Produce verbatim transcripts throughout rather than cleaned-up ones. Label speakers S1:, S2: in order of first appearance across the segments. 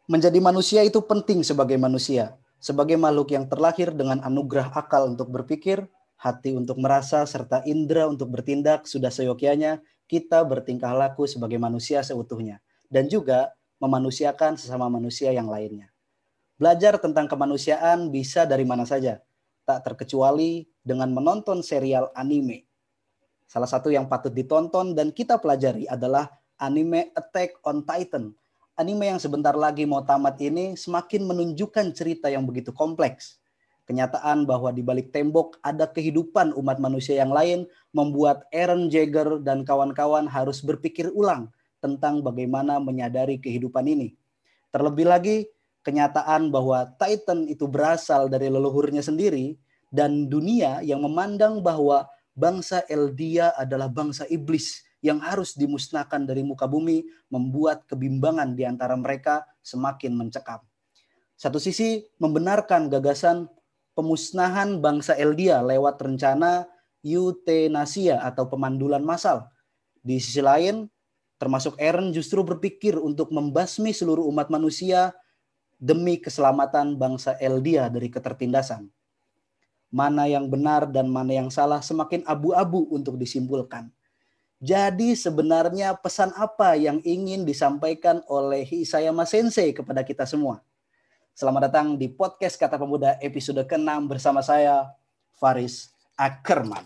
S1: Menjadi manusia itu penting sebagai manusia. Sebagai makhluk yang terlahir dengan anugerah akal untuk berpikir, hati untuk merasa, serta indera untuk bertindak, sudah seyogyanya kita bertingkah laku sebagai manusia seutuhnya. Dan juga memanusiakan sesama manusia yang lainnya. Belajar tentang kemanusiaan bisa dari mana saja. Tak terkecuali dengan menonton serial anime. Salah satu yang patut ditonton dan kita pelajari adalah anime Attack on Titan. Anime yang sebentar lagi mau tamat ini semakin menunjukkan cerita yang begitu kompleks. Kenyataan bahwa di balik tembok ada kehidupan umat manusia yang lain membuat Eren Jaeger dan kawan-kawan harus berpikir ulang tentang bagaimana menyadari kehidupan ini. Terlebih lagi, kenyataan bahwa Titan itu berasal dari leluhurnya sendiri dan dunia yang memandang bahwa bangsa Eldia adalah bangsa iblis yang harus dimusnahkan dari muka bumi membuat kebimbangan di antara mereka semakin mencekam. Satu sisi membenarkan gagasan pemusnahan bangsa Eldia lewat rencana euthanasia atau pemandulan massal. Di sisi lain, termasuk Eren justru berpikir untuk membasmi seluruh umat manusia demi keselamatan bangsa Eldia dari ketertindasan. Mana yang benar dan mana yang salah semakin abu-abu untuk disimpulkan. Jadi sebenarnya pesan apa yang ingin disampaikan oleh Isayama Sensei kepada kita semua? Selamat datang di podcast Kata Pemuda episode keenam bersama saya, Faris Ackerman.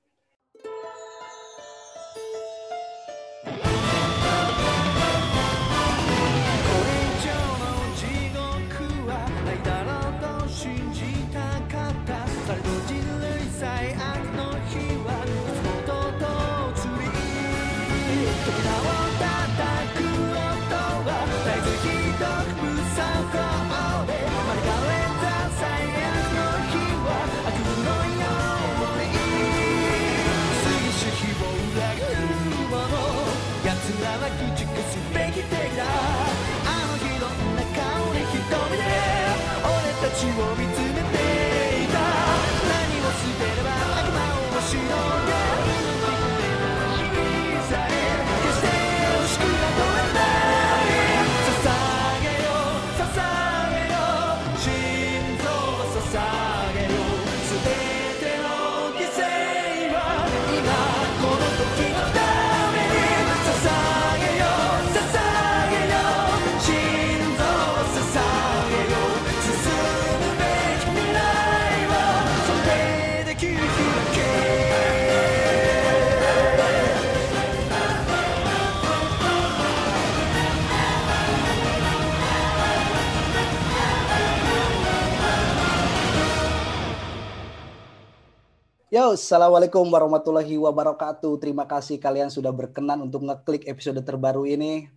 S1: Yo, assalamualaikum warahmatullahi wabarakatuh. Terima kasih kalian sudah berkenan untuk ngeklik episode terbaru ini.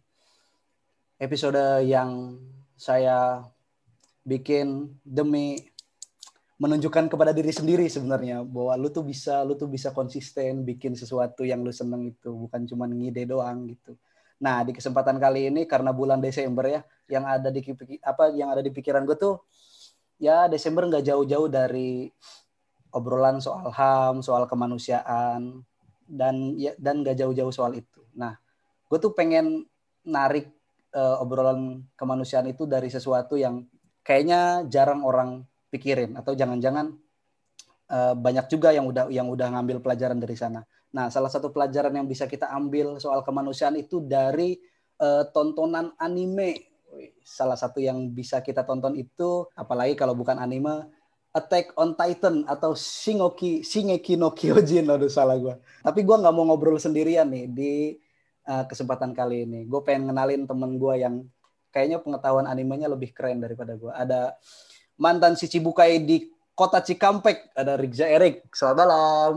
S1: Episode yang saya bikin demi menunjukkan kepada diri sendiri sebenarnya bahwa lu tuh bisa, lu tuh bisa konsisten bikin sesuatu yang lu seneng itu, bukan cuma ngide doang gitu. Nah, di kesempatan kali ini karena bulan Desember ya, yang ada di apa yang ada di pikiran gue tuh ya Desember nggak jauh-jauh dari obrolan soal H A M, soal kemanusiaan, dan ya, dan gak jauh-jauh soal itu. Nah, gue tuh pengen narik uh, obrolan kemanusiaan itu dari sesuatu yang kayaknya jarang orang pikirin, atau jangan-jangan uh, banyak juga yang udah yang udah ngambil pelajaran dari sana. Nah, salah satu pelajaran yang bisa kita ambil soal kemanusiaan itu dari uh, tontonan anime. Salah satu yang bisa kita tonton itu, apalagi kalau bukan anime, Attack on Titan atau Shingeki Shingeki no Kyojin. Aduh, salah gue. Tapi gue nggak mau ngobrol sendirian nih di uh, kesempatan kali ini. Gue pengen ngenalin temen gue yang kayaknya pengetahuan animenya lebih keren daripada gue. Ada mantan si Cibukai di kota Cikampek. Ada Rigza Erik. Selamat malam.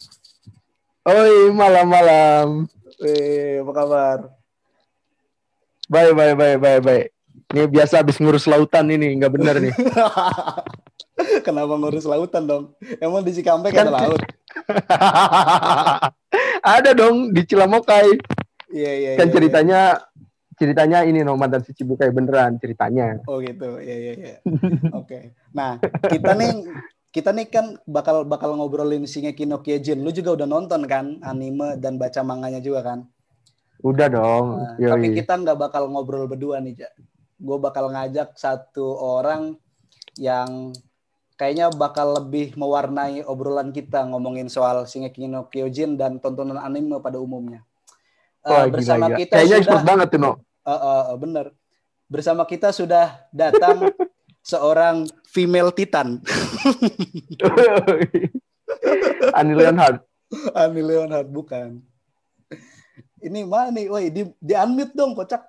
S2: Oi, malam-malam.
S1: Wih, apa kabar?
S2: Baik, baik, baik, baik, baik. Ini biasa habis ngurus lautan ini, nggak benar nih.
S1: Kenapa ngurus lautan dong? Emang di Cikampek kan ada laut?
S2: Ada dong di Cilamokai.
S1: Iya, iya,
S2: kan
S1: iya,
S2: ceritanya iya. ceritanya ini no mantan si Cibukai beneran ceritanya.
S1: Oh gitu. Iya, iya, iya. Oke. Okay. Nah, kita nih kita nih kan bakal bakal ngobrolin Shingeki no Kyojin. Lu juga udah nonton kan anime dan baca manganya juga kan?
S2: Udah dong.
S1: Nah, tapi kita nggak bakal ngobrol berdua nih, Ja. gue bakal ngajak satu orang yang kayaknya bakal lebih mewarnai obrolan kita ngomongin soal Shingeki no Kyojin dan tontonan anime pada umumnya. Uh,
S2: Wah,
S1: bersama
S2: gila, gila.
S1: kita
S2: Kayaknya
S1: sudah
S2: expert banget tuh, No.
S1: Uh, uh, uh, bener. Bersama kita sudah datang seorang female titan.
S2: Annie Leonhardt.
S1: Annie Leonhardt bukan. Ini mana nih? Woi, di, di unmute dong, kocak.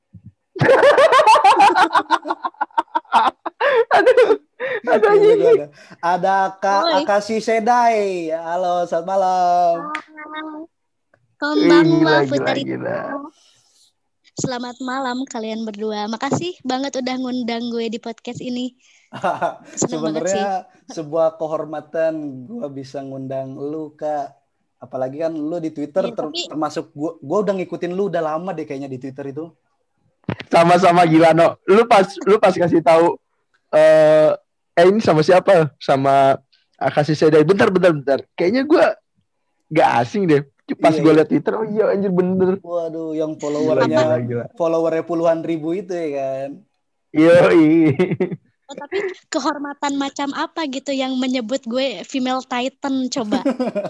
S2: Aduh. Ada
S1: ada. Ada Kak Akashi Sedai. Halo, selamat malam.
S3: Konbanwa Putri. Selamat malam kalian berdua. Makasih banget udah ngundang gue di podcast ini.
S1: Sebenarnya sebuah kehormatan gue bisa ngundang lu, Kak. Apalagi kan lu di Twitter ya, ter- tapi... termasuk gue, gue udah ngikutin lu udah lama deh kayaknya di Twitter itu.
S2: Sama-sama gila, No. Lu pas lu pas kasih tahu eh eh ini sama siapa? Sama Akashi Sedai. Bentar, bentar, bentar. Kayaknya gue gak asing deh. Pas iya, gue liat Twitter, oh iya anjir bener.
S1: Waduh, yang followernya followernya puluhan ribu itu ya kan.
S2: Iya.
S3: Oh, tapi kehormatan macam apa gitu yang menyebut gue female titan coba?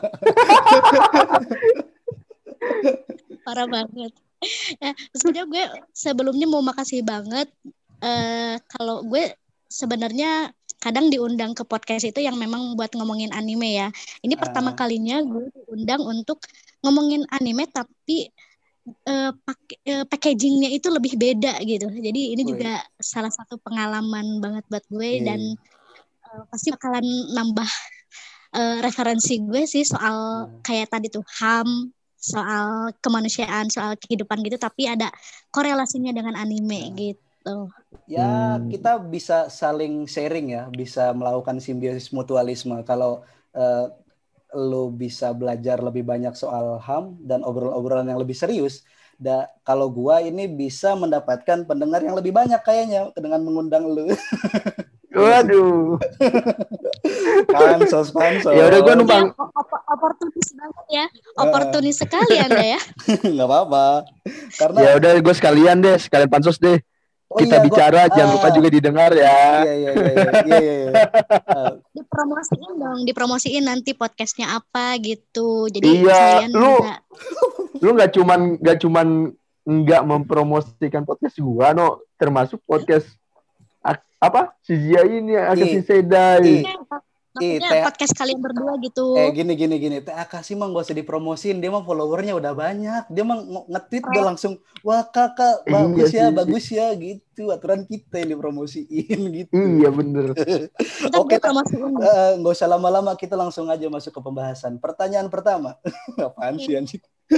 S3: Parah banget. Nah, sebenarnya gue sebelumnya mau makasih banget uh, kalau gue sebenarnya kadang diundang ke podcast itu yang memang buat ngomongin anime ya. Ini uh. pertama kalinya gue diundang untuk ngomongin anime tapi uh, pak- uh, packagingnya itu lebih beda gitu. Jadi ini Woy. juga salah satu pengalaman banget buat gue yeah. dan uh, pasti bakalan nambah uh, referensi gue sih soal uh. kayak tadi tuh H A M, soal kemanusiaan, soal kehidupan gitu, tapi ada korelasinya dengan anime uh. gitu.
S1: Ya hmm. kita bisa saling sharing ya, bisa melakukan simbiosis mutualisme. Kalau uh, lo bisa belajar lebih banyak soal H A M dan obrolan-obrolan yang lebih serius, da, kalau gua ini bisa mendapatkan pendengar yang lebih banyak kayaknya dengan mengundang lo.
S2: Waduh.
S1: Pansos, pansos.
S2: Ya udah gua numpang.
S3: Oportunis banget ya. Oportunis uh. sekali Anda ya.
S1: Enggak apa-apa. Karena
S2: ya udah gua sekalian deh, sekalian pansos deh. Oh, kita iya, bicara, gua, jangan uh, lupa juga didengar ya.
S1: Iya, iya, iya. iya, iya, iya.
S3: Uh. Dipromosiin dong, dipromosiin nanti podcastnya apa gitu. Jadi
S2: iya,
S3: kalian
S2: lu,
S3: bisa.
S2: Lu nggak cuman nggak cuman nggak mempromosikan podcast gua, No, termasuk podcast apa si Zia ini, Akashi Sedai.
S3: Maksudnya I, podcast kalian berdua gitu.
S1: Eh gini gini gini, Teh Akashi mah gak usah dipromosin, dia mah followernya udah banyak, dia mah nge-tweet udah langsung, wah kakak bagus iya, ya, sih. bagus ya gitu, aturan kita yang dipromosiin gitu.
S2: Iya bener.
S1: Oke, uh, gak usah lama-lama, kita langsung aja masuk ke pembahasan. Pertanyaan pertama, apaan sih anjing?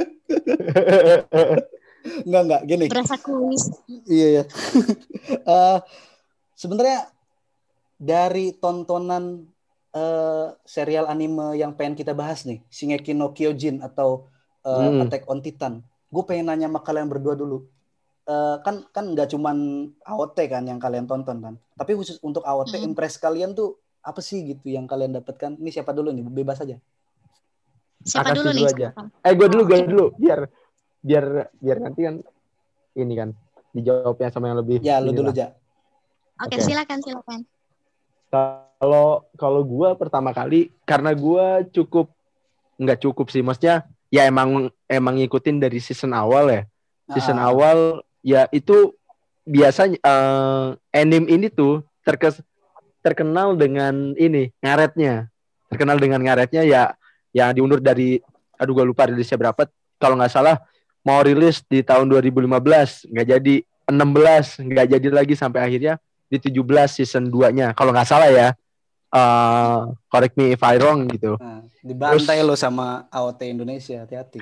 S1: Enggak enggak, gini.
S3: Berasa kuis.
S1: Iya ya. uh, sebenarnya dari tontonan Uh, serial anime yang pengen kita bahas nih, Shingeki no Kyojin atau uh, hmm. Attack on Titan. Gue pengen nanya sama kalian berdua dulu. Uh, kan kan nggak cuman A O T kan yang kalian tonton kan. Tapi khusus untuk A O T, hmm. impress kalian tuh apa sih gitu yang kalian dapatkan? Ini siapa dulu nih? Bebas aja.
S3: Siapa dulu nih?
S2: Aja. Eh gue dulu, gue dulu. Biar biar biar nanti kan ini kan dijawabnya sama yang lebih.
S1: Ya lu dulu aja.
S3: Oke, okay, silakan silakan.
S2: Kalau kalau gue pertama kali karena gue cukup nggak cukup sih, maksudnya ya emang emang ngikutin dari season awal ya, season ah. awal ya itu biasanya uh, anime ini tuh terkes, terkenal dengan ini ngaretnya, terkenal dengan ngaretnya ya yang diundur dari, aduh gue lupa rilisnya berapa, kalau nggak salah mau rilis di tahun dua ribu lima belas nggak jadi, enam belas nggak jadi lagi sampai akhirnya di tujuh belas season dua-nya kalau nggak salah ya, uh, correct me if I wrong gitu.
S1: Nah, dibantai Terus, lo sama A O T Indonesia, hati-hati.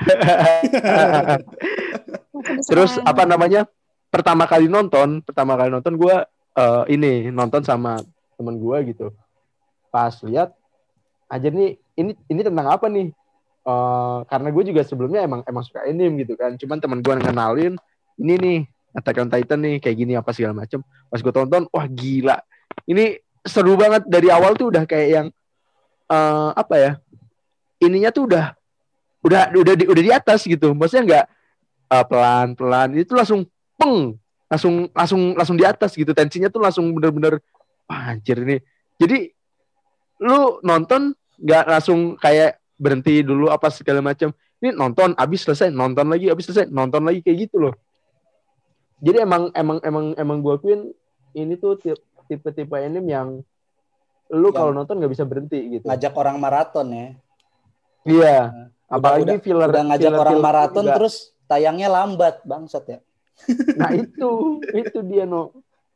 S2: Terus apa namanya, pertama kali nonton pertama kali nonton gue uh, ini nonton sama teman gue gitu, pas lihat aja nih ini ini tentang apa nih, uh, karena gue juga sebelumnya emang emang suka anime gitu kan, cuman teman gue ngenalin ini nih Attack on Titan nih kayak gini apa segala macam. Pas gue tonton, wah gila, ini seru banget dari awal tuh udah kayak yang uh, apa ya, ininya tuh udah udah udah di, udah di atas gitu, maksudnya nggak uh, pelan pelan itu langsung peng langsung langsung langsung di atas gitu, tensinya tuh langsung bener-bener wah anjir ini. Jadi lu nonton nggak langsung kayak berhenti dulu apa segala macam. Ini nonton abis selesai, nonton lagi abis selesai, nonton lagi kayak gitu loh. Jadi emang emang emang emang gue akuin ini tuh tipe-tipe anime yang lu kalau nonton nggak bisa berhenti gitu.
S1: Ngajak orang maraton ya.
S2: Iya.
S1: Nah,
S2: apalagi
S1: udah,
S2: filler
S1: udah ngajak
S2: filler,
S1: orang
S2: filler
S1: maraton
S2: juga.
S1: Terus tayangnya lambat bangsat ya.
S2: Nah itu itu dia no.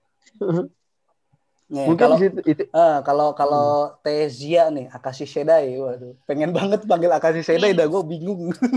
S1: Nih,
S2: Mungkin
S1: kalau
S2: situ, itu.
S1: Uh, kalau kalau hmm. Tezia nih Akashi Sedai, waduh, pengen banget panggil Akashi Sedai, dah gue bingung.
S3: Oke,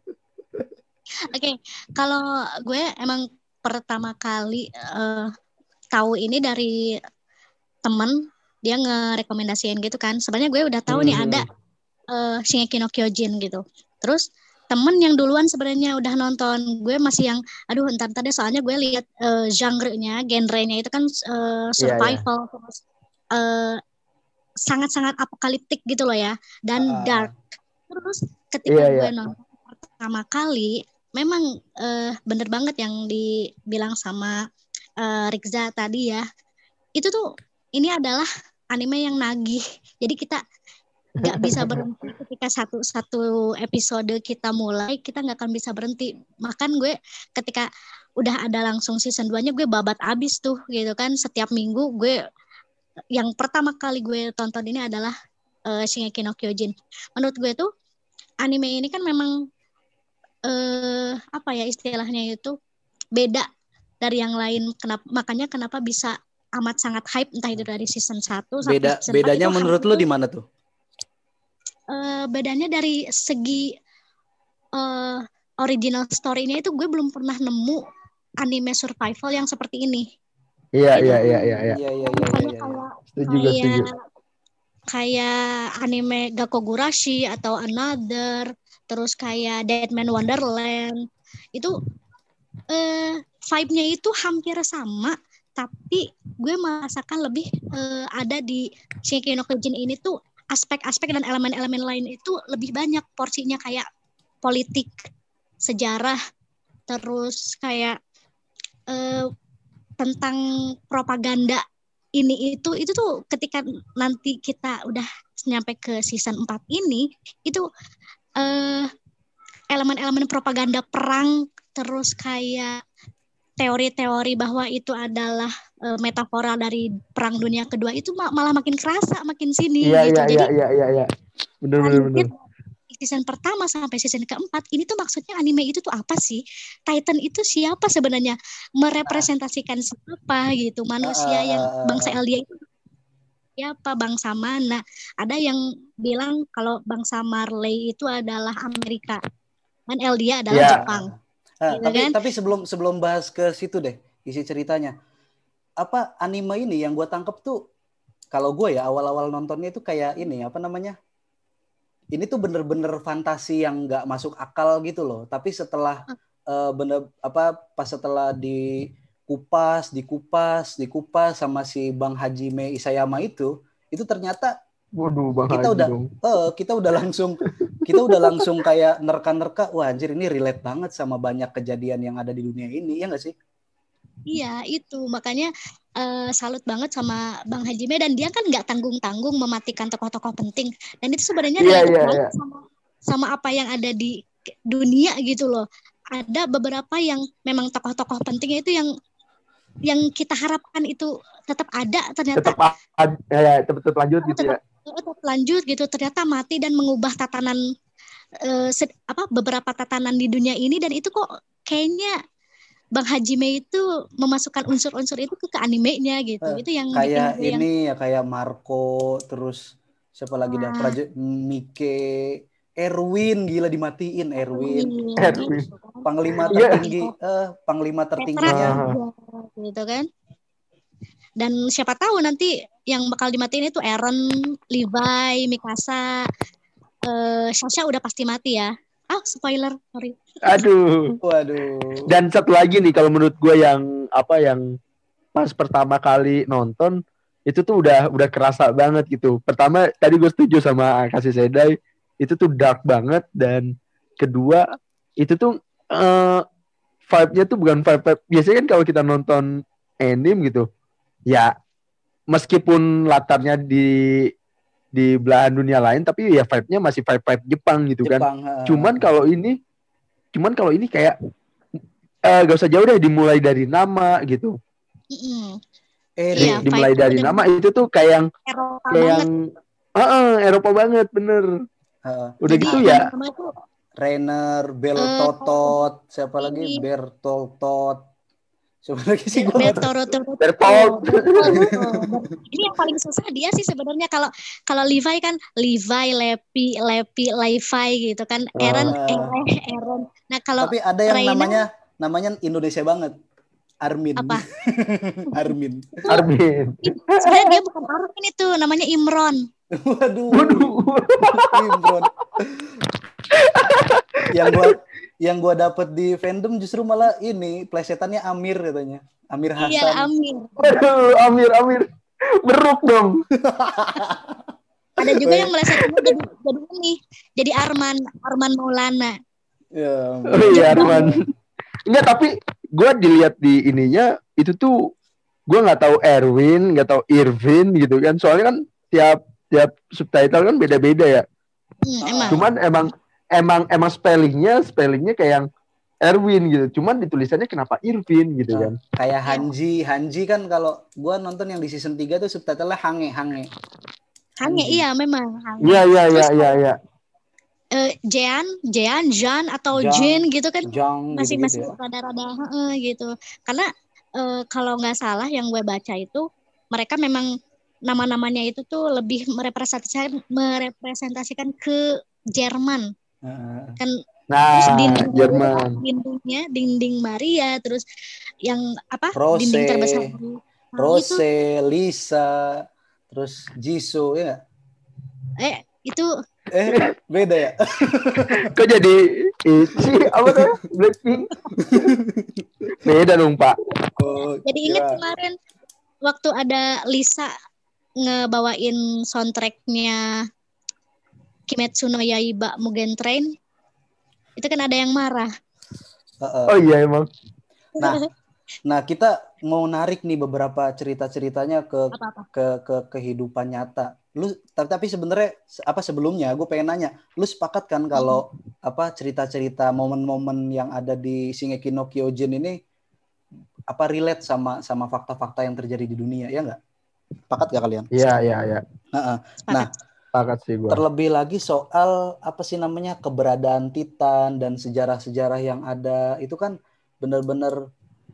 S3: okay. Kalau gue emang pertama kali uh, tahu ini dari temen, dia ngerekomendasiin gitu kan. Sebenarnya gue udah tahu hmm. nih ada uh, Shingeki no Kyojin gitu. Terus temen yang duluan sebenarnya udah nonton, gue masih yang aduh entar-entar deh, soalnya gue lihat uh, genre-nya, genre-nya itu kan uh, survival, yeah, yeah. terus uh, sangat-sangat apokaliptik gitu loh ya, dan uh. dark. Terus ketika yeah, gue yeah. nonton pertama kali, memang uh, bener banget yang dibilang sama uh, Rikza tadi ya, itu tuh ini adalah anime yang nagih. Jadi kita nggak bisa berhenti ketika satu satu episode kita mulai, kita nggak akan bisa berhenti. Makan gue ketika udah ada langsung season dua-nya, gue babat abis tuh gitu kan. Setiap minggu gue, yang pertama kali gue tonton ini adalah uh, Shingeki no Kyojin. Menurut gue tuh anime ini kan memang uh, apa ya istilahnya itu beda dari yang lain. Kenapa, makanya kenapa bisa amat sangat hype, entah itu dari season satu sampai
S1: Beda,
S3: season
S1: bedanya
S3: empat.
S1: Menurut lu di mana tuh?
S3: Uh, bedanya dari segi uh, original story-nya itu gue belum pernah nemu anime survival yang seperti ini.
S2: Iya iya iya iya iya.
S1: Iya iya iya.
S3: Kayak
S2: setuju setuju.
S3: Kayak anime Gakogurashi atau Another, terus kayak Deadman Wonderland. Itu uh, vibe-nya itu hampir sama, tapi gue merasakan lebih uh, ada di Shingeki no Kyojin ini tuh aspek-aspek dan elemen-elemen lain itu lebih banyak porsinya, kayak politik, sejarah, terus kayak uh, tentang propaganda ini itu itu tuh ketika nanti kita udah nyampe ke season empat ini, itu uh, elemen-elemen propaganda perang, terus kayak teori-teori bahwa itu adalah uh, metafora dari perang dunia kedua itu malah makin kerasa makin sini
S2: iya,
S3: gitu.
S2: Iya,
S3: Jadi
S2: iya iya iya. Benar benar benar.
S3: Season pertama sampai season keempat ini tuh maksudnya anime itu tuh apa sih? Titan itu siapa sebenarnya? Merepresentasikan siapa gitu? Manusia yang bangsa Eldia itu siapa? Bangsa mana? Ada yang bilang kalau bangsa Marley itu adalah Amerika, dan Eldia adalah yeah. Jepang.
S1: Nah,
S3: gitu
S1: tapi
S3: kan?
S1: tapi sebelum sebelum bahas ke situ deh, isi ceritanya. Apa anime ini yang gue tangkep tuh, kalau gue ya awal-awal nontonnya itu kayak ini apa namanya? Ini tuh bener-bener fantasi yang nggak masuk akal gitu loh. Tapi setelah uh, bener apa pas setelah dikupas, dikupas, dikupas sama si Bang Hajime Isayama itu, itu ternyata
S2: Waduh, Bang
S1: kita
S2: Haji
S1: udah
S2: dong.
S1: Uh, kita udah langsung kita udah langsung kayak nerka-nerka, wah anjir ini relate banget sama banyak kejadian yang ada di dunia ini, ya nggak sih?
S3: Iya itu makanya uh, salut banget sama Bang Hajime, dan dia kan nggak tanggung-tanggung mematikan tokoh-tokoh penting, dan itu sebenarnya
S2: yeah,
S3: relate
S2: yeah,
S3: banget
S2: yeah.
S3: sama sama apa yang ada di dunia gitu loh. Ada beberapa yang memang tokoh-tokoh pentingnya itu yang yang kita harapkan itu tetap ada, ternyata
S2: tetap ya, ya, tetap, tetap lanjut gitu
S3: tetap,
S2: ya.
S3: tetap lanjut gitu, ternyata mati dan mengubah tatanan uh, sed, apa beberapa tatanan di dunia ini, dan itu kok kayaknya Bang Hajime itu memasukkan unsur-unsur itu ke, ke animenya gitu. Uh, itu yang
S1: kayak
S3: bikin
S1: ini
S3: yang...
S1: ya kayak Marco, terus siapa lagi nah. dah Praja Mike, Erwin, gila dimatiin Erwin.
S2: Erwin.
S1: Panglima tertinggi eh uh, panglima tertingginya
S3: gitu kan. Dan siapa tahu nanti yang bakal dimatiin itu Eren, Levi, Mikasa, uh, Sasha udah pasti mati ya. Ah, spoiler, sorry.
S2: Aduh.
S1: Waduh.
S2: Dan satu lagi nih kalau menurut gue yang apa yang pas pertama kali nonton itu tuh udah udah kerasa banget gitu. Pertama tadi gue setuju sama Akashi Sedai, itu tuh dark banget, dan kedua itu tuh uh, vibe-nya tuh bukan vibe-vibe. Biasanya kan kalau kita nonton anime gitu, ya meskipun latarnya di di belahan dunia lain, tapi ya vibe-nya masih vibe-vibe Jepang gitu kan.
S1: Jepang. Uh,
S2: Cuman kalau ini, cuman kalau ini kayak eh, gak usah jauh deh, dimulai dari nama gitu.
S3: Mm-mm.
S1: Eh,
S2: Di,
S3: Iya,
S2: dimulai
S3: vibe-nya
S2: dari
S3: bener-bener
S2: nama itu tuh kayak yang
S3: Eropa
S2: kayak
S3: banget.
S2: yang uh, uh, Eropa banget bener.
S1: uh,
S2: Udah
S3: Jadi
S2: gitu
S1: nah,
S2: ya.
S3: nama-nama itu
S1: Rainer,
S3: eh
S1: Beltotot, siapa lagi?
S3: ini
S1: Bertoltot. Siapa lagi sih
S3: Be-
S1: gue nggak tahu.
S3: Betoro Toro
S2: Bertolt.
S3: Ini yang paling susah dia sih sebenarnya kalau kalau Levi kan Levi, Lepi, Lepi, Levi gitu kan. Aaron,
S2: Uh,
S3: Ere, Aaron. Nah kalau
S1: Tapi ada yang
S3: Rainer
S1: namanya namanya Indonesia banget. Armin.
S3: apa?
S1: Armin.
S3: Itu
S2: Armin.
S3: sebenarnya dia bukan Armin itu, namanya Imron.
S1: Waduh.
S2: Waduh.
S1: Imron. Yang gua yang gua dapet di fandom justru malah ini plesetannya Amir katanya. Amir
S3: Iya,
S1: Hasan.
S3: Amir.
S2: Waduh, Amir, Amir. Beruk dong.
S3: Ada juga yang melesetnya jadi jadi ini, jadi Arman, Arman Maulana.
S1: Ya,
S2: Oh iya, Arman. Enggak, tapi gue dilihat di ininya itu tuh gue nggak tahu Erwin, nggak tahu Irvin gitu kan. Soalnya kan tiap tiap subtitle kan beda-beda ya.
S3: Hmm, emang.
S2: Cuman emang emang emang spellingnya spellingnya kayak yang Erwin gitu. Cuman ditulisannya kenapa Irvin gitu kan.
S1: Nah, kayak Hanji, Hanji kan kalau gua nonton yang di season tiga tuh subtitlenya Hange, Hange.
S3: Hange,
S1: Hanji.
S3: iya memang. Hange.
S2: Iya iya iya
S3: Terus
S2: iya iya.
S3: eh, Jean, Jean, Jean atau
S1: Jang,
S3: Jin gitu kan
S1: Jang
S3: masih
S1: gitu-gitu
S3: masih
S1: ya.
S3: rada-rada heeh, gitu. Karena eh, kalau nggak salah yang gue baca itu mereka memang nama-namanya itu tuh lebih merepresentasikan merepresentasikan ke Jerman.
S1: Heeh.
S3: Kan
S2: Nah,
S3: terus dinding
S2: Jerman.
S3: dindingnya dinding Maria, terus yang apa
S1: Rose,
S3: dinding terbesar nah, itu
S1: Rose, Lisa, terus Jisoo ya nggak?
S3: eh itu
S1: Eh, beda ya?
S2: Kok jadi Ichi apa tuh? Blackpink? Beda dong, Pak.
S1: Oh,
S3: jadi ingat
S1: kira.
S3: kemarin waktu ada Lisa ngebawain soundtracknya Kimetsu no Yaiba Mugen Train, itu kan ada yang marah.
S1: Heeh.
S2: Oh iya emang.
S1: Nah, nah kita mau narik nih beberapa cerita-ceritanya ke
S3: Apa-apa?
S1: ke ke kehidupan nyata. Lu tapi, tapi sebenarnya apa sebelumnya gue pengen nanya, lu sepakat kan kalau apa cerita-cerita momen-momen yang ada di Shingeki no Kyojin ini apa relate sama sama fakta-fakta yang terjadi di dunia, ya nggak? Sepakat gak kalian?
S2: Iya iya iya.
S1: Nah,
S3: Sepakat.
S2: Sepakat sih gua.
S1: terlebih lagi soal apa sih namanya keberadaan Titan dan sejarah-sejarah yang ada itu kan benar-benar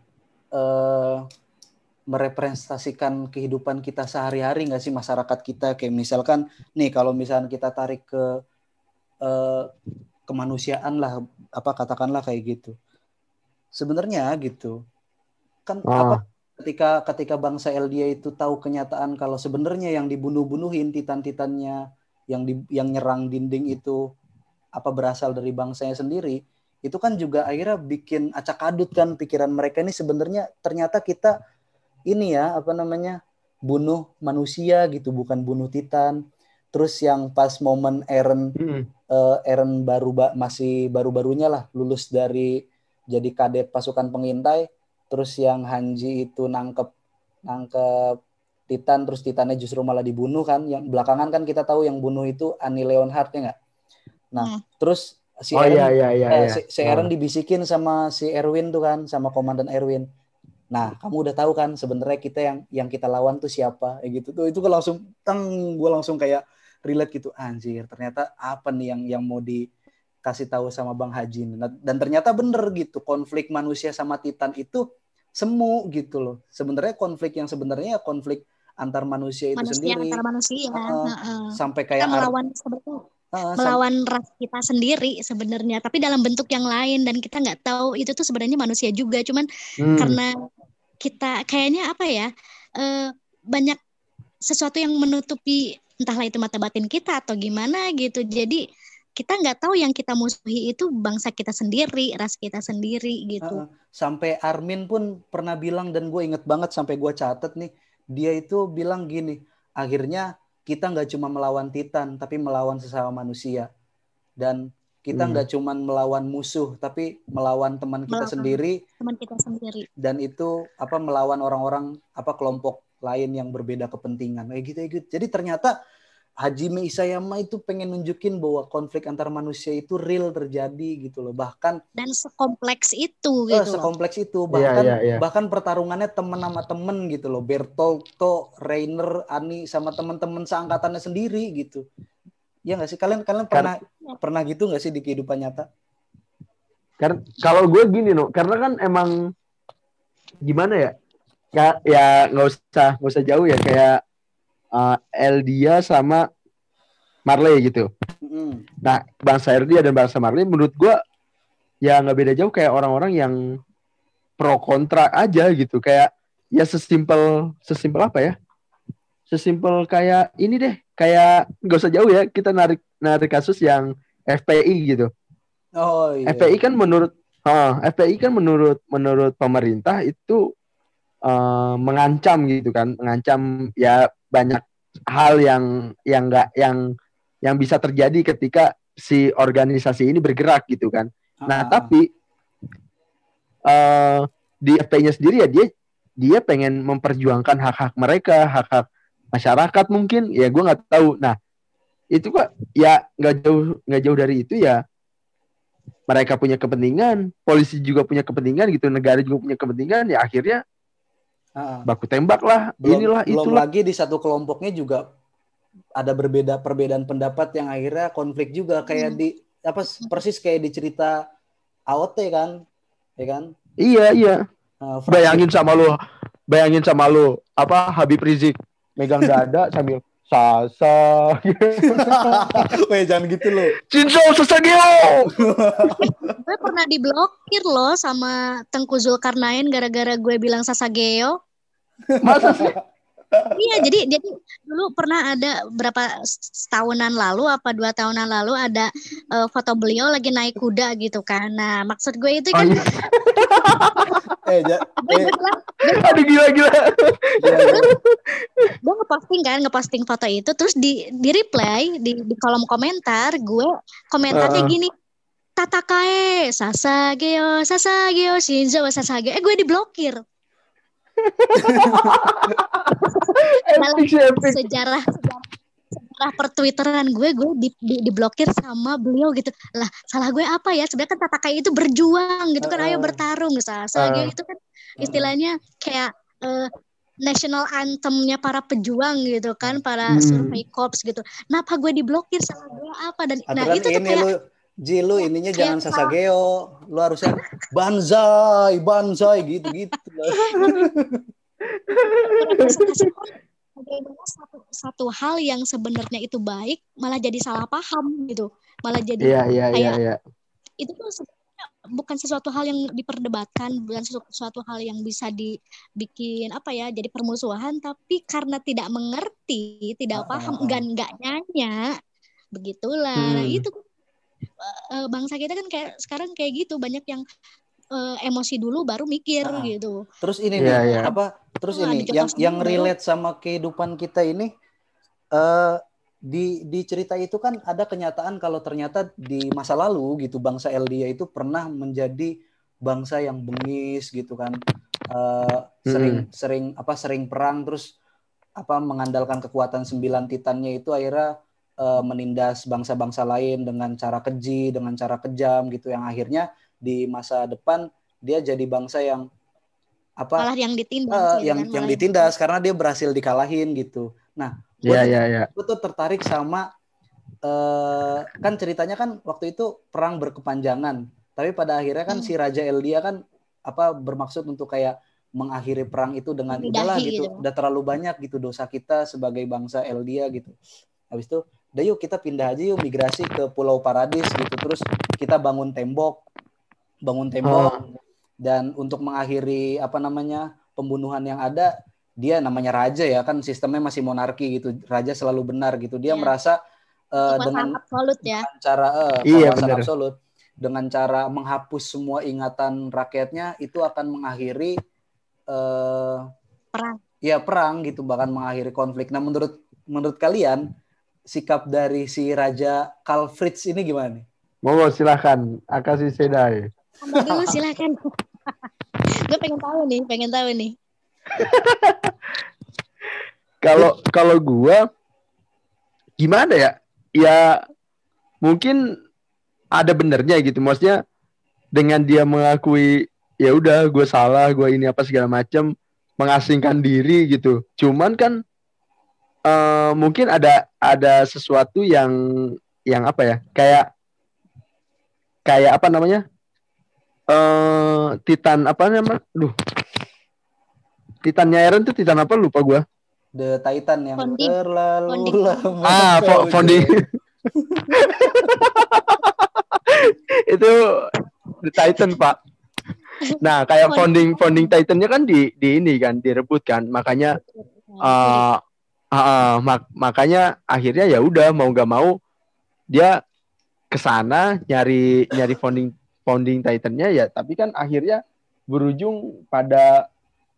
S1: eh, merepresentasikan kehidupan kita sehari-hari nggak sih masyarakat kita, kayak misalkan nih kalau misalkan kita tarik ke eh, kemanusiaan lah apa katakanlah kayak gitu sebenarnya gitu kan
S2: Oh.
S1: apa ketika ketika bangsa Eldia itu tahu kenyataan kalau sebenarnya yang dibunuh-bunuhin titan-titannya yang di, yang nyerang dinding itu apa berasal dari bangsanya sendiri, itu kan juga akhirnya bikin acak adut kan pikiran mereka ini sebenarnya ternyata kita ini ya apa namanya bunuh manusia gitu bukan bunuh titan. Terus yang pas momen Eren
S2: Hmm.
S1: uh, Eren baru masih baru-barunya lah lulus dari jadi kadet pasukan pengintai, terus yang Hanji itu nangkep nangkep Titan terus Titannya justru malah dibunuh kan, yang belakangan kan kita tahu yang bunuh itu Annie Leonhardt ya nggak? Nah hmm. terus si
S2: oh,
S1: Eren
S2: iya, iya,
S1: eh,
S2: iya.
S1: si, si Eren dibisikin sama si Erwin tuh kan sama Komandan Erwin. Nah, kamu udah tahu kan sebenarnya kita yang yang kita lawan tuh siapa? Kayak gitu tuh. Itu kan langsung teng gue langsung kayak relate gitu. Anjir, ternyata apa nih yang yang mau dikasih tahu sama Bang Haji. Dan ternyata bener gitu. Konflik manusia sama Titan itu semu gitu loh. Sebenarnya konflik yang sebenarnya konflik antar manusia itu
S3: manusia,
S1: sendiri.
S3: Antar manusia.
S1: Uh, uh, sampai kayak
S3: kita melawan sebetulnya. Uh, melawan sam- ras kita sendiri sebenarnya, tapi dalam bentuk yang lain dan kita nggak tahu itu tuh sebenarnya manusia juga, cuman hmm. karena kita kayaknya apa ya uh, banyak sesuatu yang menutupi entahlah itu mata batin kita atau gimana gitu, jadi kita nggak tahu yang kita musuhi itu bangsa kita sendiri, ras kita sendiri gitu.
S1: Uh, sampai Armin pun pernah bilang dan gue inget banget sampai gue catat nih, dia itu bilang gini, akhirnya kita nggak cuma melawan Titan, tapi melawan sesama manusia. Dan kita
S2: Hmm.
S1: nggak cuman melawan musuh, tapi melawan teman kita
S3: Melawan
S1: sendiri,
S3: teman kita sendiri.
S1: dan itu apa melawan orang-orang apa kelompok lain yang berbeda kepentingan. Kayak gitu, gitu. Jadi ternyata Hajime Isayama itu pengen nunjukin bahwa konflik antar manusia itu real terjadi gitu loh. Bahkan
S3: Dan sekompleks itu
S1: eh,
S3: gitu loh.
S1: sekompleks itu,
S2: Iya,
S1: bahkan
S2: iya, iya.
S1: bahkan pertarungannya temen sama temen gitu loh. Bertolto, Reiner, Ani sama teman-teman seangkatannya sendiri gitu. Ya nggak sih, kalian kalian pernah pernah gitu nggak sih di kehidupan nyata?
S2: Karena kalau gue gini no, karena kan emang gimana ya? Ya ya nggak usah nggak usah jauh ya, kayak uh, Eldia sama Marley gitu.
S1: Mm-mm.
S2: Nah, bangsa Eldia dan bangsa Marley menurut gue ya nggak beda jauh, kayak orang-orang yang pro kontra aja gitu. Kayak ya sesimpel sesimpel apa ya? Sesimpel kayak ini deh, kayak nggak usah jauh ya, kita narik narik kasus yang F P I gitu.
S1: Oh iya.
S2: F P I kan menurut uh, F P I kan menurut menurut pemerintah itu uh, mengancam gitu kan, mengancam ya banyak hal yang yang enggak yang yang bisa terjadi ketika si organisasi ini bergerak gitu kan. Nah,
S1: Ah, ah,
S2: tapi uh, di F P I-nya sendiri ya dia dia pengen memperjuangkan hak-hak mereka, hak-hak masyarakat mungkin, ya gue nggak tahu. Nah, itu kok ya nggak jauh nggak jauh dari itu ya, mereka punya kepentingan, polisi juga punya kepentingan gitu, negara juga punya kepentingan, ya akhirnya
S1: ah, ah.
S2: baku tembak lah,
S1: Belum
S2: inilah
S1: belum
S2: itulah.
S1: lagi di satu kelompoknya juga ada berbeda perbedaan pendapat yang akhirnya konflik juga, kayak
S3: Hmm.
S1: di apa persis kayak di cerita A O T kan, ya kan?
S2: Iya iya.
S1: Uh, fraksi.
S2: Bayangin sama lu, bayangin sama lu apa Habib Rizik megang dada sambil Sasa.
S1: Weh jangan gitu loh.
S2: Shinzo Sasageo.
S3: Gue pernah diblokir loh sama Tengku Zulkarnain gara-gara gue bilang Sasageo.
S2: Masa sih?
S3: Iya, jadi jadi dulu pernah ada berapa setahunan lalu apa dua tahunan lalu ada uh, foto beliau lagi naik kuda gitu kan. Nah, maksud gue itu
S2: Oh,
S3: kan
S2: iya.
S1: eh, ja,
S3: gue,
S1: eh,
S3: gue bilang, gue,
S2: Aduh gila-gila.
S1: gila, gila.
S3: gue ngeposting kan, ngeposting foto itu terus di di reply di, di kolom komentar gue komentarnya
S2: Uh.
S3: gini, Tatakae, Sasageo, Sasageo, Shinzo, Sasageo. Eh gue diblokir. Dalam
S2: Epic sih, epic.
S3: sejarah sejarah pertwitteran gue gue di, di, diblokir sama beliau gitu. Lah salah gue apa ya? Sebenarnya kan Tatakai itu berjuang gitu kan,
S1: Uh,
S3: ayo bertarung. Sasageo
S2: uh.
S3: itu kan istilahnya kayak uh, national anthem-nya para pejuang gitu kan, para
S2: Hmm.
S3: survei corps gitu. Kenapa gue diblokir, salah gue apa? Dan nah
S1: aturan
S3: itu tuh
S1: ini
S3: kayak
S1: lu Ji lu ininya
S3: kayak
S1: jangan Sasageo, lu harusnya Banzai, Banzai gitu-gitu.
S3: representasi bagaimana satu satu hal yang sebenarnya itu baik malah jadi salah paham gitu, malah jadi
S2: Iya iya iya
S3: kayak
S2: iya.
S3: itu tuh sebenarnya bukan sesuatu hal yang diperdebatkan, bukan sesuatu, sesuatu hal yang bisa dibikin apa ya jadi permusuhan, tapi karena tidak mengerti, tidak
S1: Ah,
S3: paham,
S1: ah, ah.
S3: enggak enggak nanya begitulah.
S2: Hmm.
S3: Nah itu uh, bangsa kita kan kayak sekarang kayak gitu, banyak yang uh, emosi dulu baru mikir
S1: Ah, ah.
S3: gitu.
S1: Terus ini
S2: Iya,
S1: nih
S2: iya.
S1: apa? Terus
S3: Oh,
S1: ini
S3: ada
S1: yang
S3: jokes
S1: yang
S3: dulu baru.
S1: relate sama kehidupan kita ini, eh di di cerita itu kan ada kenyataan kalau ternyata di masa lalu gitu bangsa Eldia itu pernah menjadi bangsa yang bengis gitu kan, eh, sering
S2: Hmm.
S1: sering apa sering perang, terus apa mengandalkan kekuatan sembilan titannya itu akhirnya eh, menindas bangsa-bangsa lain dengan cara keji, dengan cara kejam gitu, yang akhirnya di masa depan dia jadi bangsa yang apa
S3: Malah yang ditindas
S1: uh,
S3: gitu
S1: yang
S3: kan,
S1: yang
S3: malah
S1: ditindas karena dia berhasil dikalahin gitu. Nah, gue
S2: Iya
S1: tuh,
S2: iya iya.
S1: gue tuh tertarik sama uh, kan ceritanya kan waktu itu perang berkepanjangan, tapi pada akhirnya kan
S3: Hmm.
S1: si Raja Eldia kan apa bermaksud untuk kayak mengakhiri perang itu dengan
S3: Menyudahi
S1: udahlah gitu,
S3: gitu.
S1: udah terlalu banyak gitu dosa kita sebagai bangsa Eldia gitu. Habis itu, udah yuk kita pindah aja yuk migrasi ke Pulau Paradis gitu, terus kita bangun tembok, bangun tembok.
S2: Oh.
S1: Dan untuk mengakhiri apa namanya pembunuhan yang ada, dia namanya raja ya kan, sistemnya masih monarki gitu, raja selalu benar gitu, dia
S3: Ya.
S1: merasa uh,
S3: Kekuasaan
S1: dengan,
S3: absolut ya.
S1: dengan cara uh,
S2: Iya,
S1: kekuasaan
S2: bener.
S1: absolut, dengan cara menghapus semua ingatan rakyatnya itu akan mengakhiri uh,
S3: perang.
S1: Ya perang gitu, bahkan mengakhiri konflik. Nah menurut menurut kalian sikap dari si Raja Karl Fritz ini gimana nih?
S2: Monggo silahkan, Akashi Sedai.
S3: Anda dulu silakan. Gue pengen tahu nih, pengen tahu nih.
S2: Kalau kalau gua gimana ya? Ya mungkin ada benernya gitu. Maksudnya dengan dia mengakui ya udah gue salah, gue ini apa segala macam, mengasingkan diri gitu. Cuman kan uh, mungkin ada ada sesuatu yang yang apa ya? Kayak kayak apa namanya? Uh, Titan apa namanya? Duh. Titannya Eren tuh Titan apa lupa gue.
S1: The Titan yang
S3: Founding.
S1: terlalu
S3: Founding.
S1: lama.
S2: Ah, fo- founding. Itu The Titan, Pak. Nah, kayak founding founding Titannya kan di di ini kan direbut kan. Makanya uh, uh, uh, mak- makanya akhirnya ya udah mau gak mau dia kesana nyari nyari founding founding Titannya ya, tapi kan akhirnya berujung pada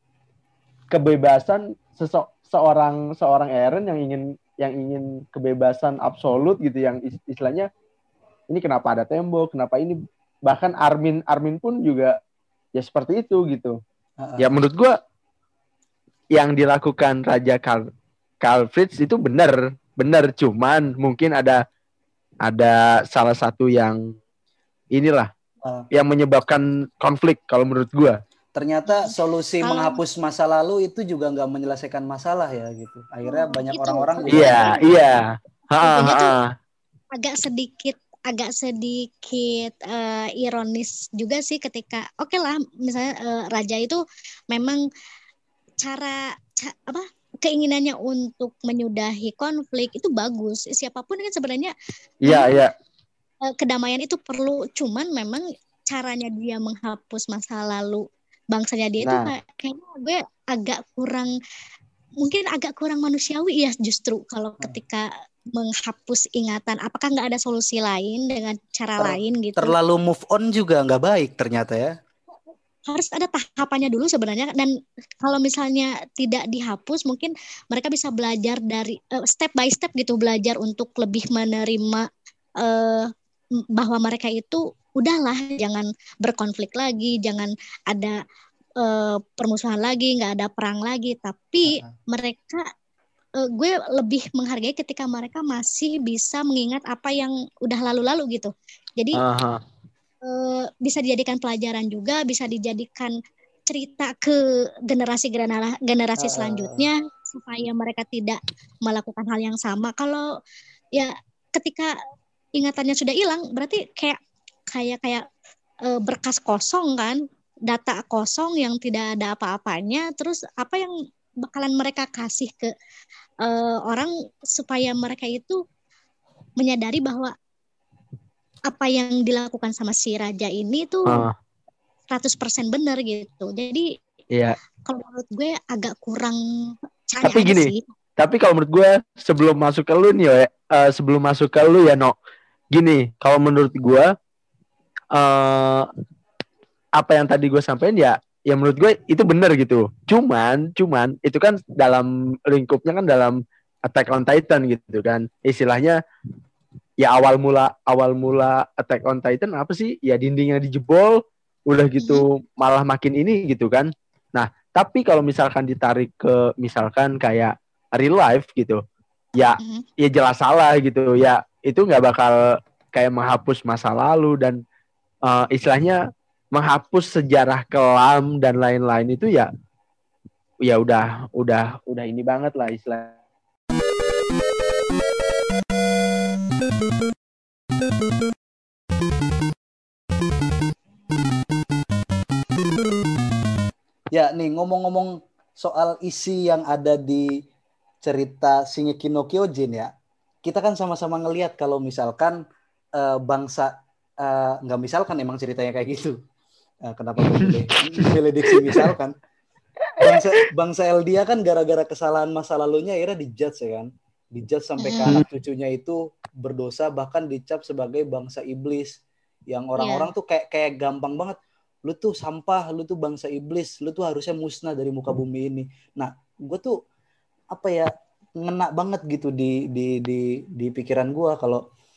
S2: kebebasan sese- seorang seorang Eren yang ingin yang ingin kebebasan absolut gitu, yang istilahnya ini kenapa ada tembok, kenapa ini, bahkan Armin Armin pun juga ya seperti itu gitu. Uh-uh. Ya menurut gua yang dilakukan Raja Karl Karl Fritz itu benar, benar, cuman mungkin ada ada salah satu yang inilah uh. yang menyebabkan konflik kalau menurut gua.
S1: Ternyata solusi Kalau, menghapus masa lalu itu juga nggak menyelesaikan masalah ya gitu. Akhirnya oh, banyak itu, orang-orang juga.
S2: Iya, iya. Ha,
S3: ha,
S2: ha.
S3: Agak sedikit agak sedikit uh, ironis juga sih ketika oke okay lah misalnya uh, Raja itu memang cara ca, apa keinginannya untuk menyudahi konflik itu bagus. Siapapun kan sebenarnya
S2: Iya, iya.
S3: Uh, kedamaian itu perlu, cuman memang caranya dia menghapus masa lalu bangsanya dia nah. itu kayak, kayaknya gue agak kurang, mungkin agak kurang manusiawi ya justru kalau hmm. ketika menghapus ingatan. Apakah nggak ada solusi lain dengan cara Ter, lain gitu?
S1: Terlalu move on juga nggak baik ternyata ya.
S3: Harus ada tahapannya dulu sebenarnya, dan kalau misalnya tidak dihapus mungkin mereka bisa belajar dari uh, step by step gitu, belajar untuk lebih menerima uh, bahwa mereka itu udahlah jangan berkonflik lagi, jangan ada uh, permusuhan lagi, nggak ada perang lagi, tapi uh-huh. mereka uh, gue lebih menghargai ketika mereka masih bisa mengingat apa yang udah lalu-lalu gitu. Jadi uh-huh. uh, bisa dijadikan pelajaran juga, bisa dijadikan cerita ke generasi generasi uh-huh. selanjutnya supaya mereka tidak melakukan hal yang sama. Kalau ya ketika ingatannya sudah hilang, berarti kayak kayak kayak e, berkas kosong kan, data kosong yang tidak ada apa-apanya. Terus apa yang bakalan mereka kasih ke e, orang supaya mereka itu menyadari bahwa apa yang dilakukan sama si Raja ini tuh uh. seratus persen benar gitu. Jadi yeah. kalau menurut gue agak kurang cahaya
S2: tapi gini,
S3: sih.
S2: Tapi kalau menurut gue sebelum masuk ke lu nih, ya, uh, sebelum masuk ke lu ya, No. Gini, kalau menurut gue, uh, apa yang tadi gue sampaikan ya, ya menurut gue itu benar gitu. Cuman, cuman itu kan dalam lingkupnya kan dalam Attack on Titan gitu kan. Istilahnya ya awal mula awal mula Attack on Titan apa sih? Ya dindingnya dijebol, udah gitu malah makin ini gitu kan. Nah, tapi kalau misalkan ditarik ke misalkan kayak real life gitu, ya, ya jelas salah gitu ya. Itu nggak bakal kayak menghapus masa lalu dan uh, istilahnya menghapus sejarah kelam dan lain-lain itu ya ya udah udah udah ini banget lah istilah.
S1: Ya nih ngomong-ngomong soal isi yang ada di cerita Shingeki no Kyojin ya, kita kan sama-sama ngelihat kalau misalkan uh, bangsa uh, nggak misalkan emang ceritanya kayak gitu. Uh, kenapa gue pilih diksi misalkan? Bangsa bangsa Eldia kan gara-gara kesalahan masa lalunya akhirnya dijudge ya kan, dijudge sampai ke anak cucunya itu berdosa, bahkan dicap sebagai bangsa iblis yang orang-orang yeah. tuh kayak kayak gampang banget. Lu tuh sampah, lu tuh bangsa iblis, lu tuh harusnya musnah dari muka bumi ini. Nah, gue tuh apa ya ngena banget gitu di di di di pikiran gue kalau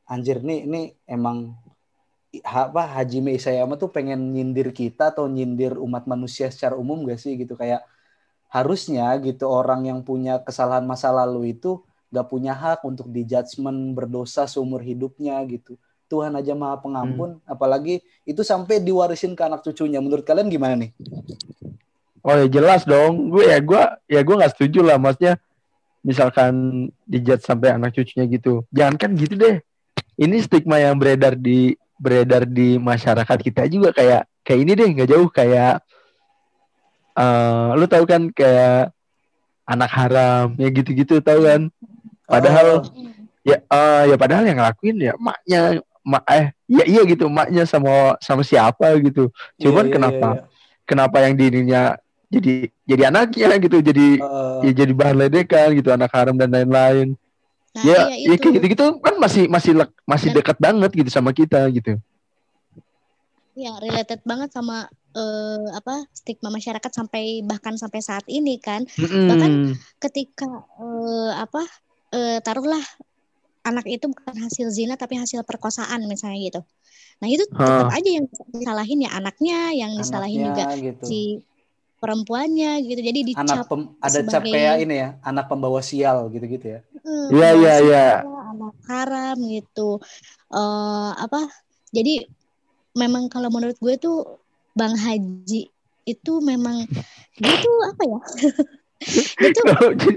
S1: anjir nih ini emang apa Hajime Isayama tuh pengen nyindir kita atau nyindir umat manusia secara umum gak sih gitu, kayak harusnya gitu orang yang punya kesalahan masa lalu itu gak punya hak untuk dijudgment berdosa seumur hidupnya gitu. Tuhan aja Maha Pengampun, hmm. apalagi itu sampai diwarisin ke anak cucunya. Menurut kalian gimana nih?
S2: Oh ya jelas dong, gue ya gue ya gue nggak setuju lah, maksudnya misalkan dijudge sampai anak cucunya gitu, jangan kan gitu deh. Ini stigma yang beredar di beredar di masyarakat kita juga kayak kayak ini deh, nggak jauh kayak uh, lu tahu kan kayak anak haram ya gitu-gitu, tahu kan? Padahal oh. ya uh, ya padahal yang ngelakuin ya maknya mak eh ya iya gitu maknya sama sama siapa gitu. Cuman yeah, kenapa yeah, yeah. kenapa yang dirinya jadi jadi anaknya gitu, jadi uh. ya jadi bahan ledekan gitu, anak haram dan lain-lain. Nah, ya, iya ya kayak gitu-gitu kan masih masih masih dekat banget gitu sama kita gitu.
S3: Ya, related banget sama uh, apa stigma masyarakat sampai bahkan sampai saat ini kan. Mm-hmm. Bahkan ketika uh, apa uh, taruhlah anak itu bukan hasil zina tapi hasil perkosaan misalnya gitu. Nah, itu tetap huh. aja yang disalahin ya anaknya, yang disalahin anaknya, juga gitu. Si perempuannya gitu. Jadi dicap
S1: pem, ada sebagai, cap kayak ini ya, anak pembawa sial gitu-gitu ya.
S2: Iya iya iya.
S3: Anak haram gitu. Uh, apa? Jadi memang kalau menurut gue tuh Bang Haji itu memang dia tuh apa ya? Dia tuh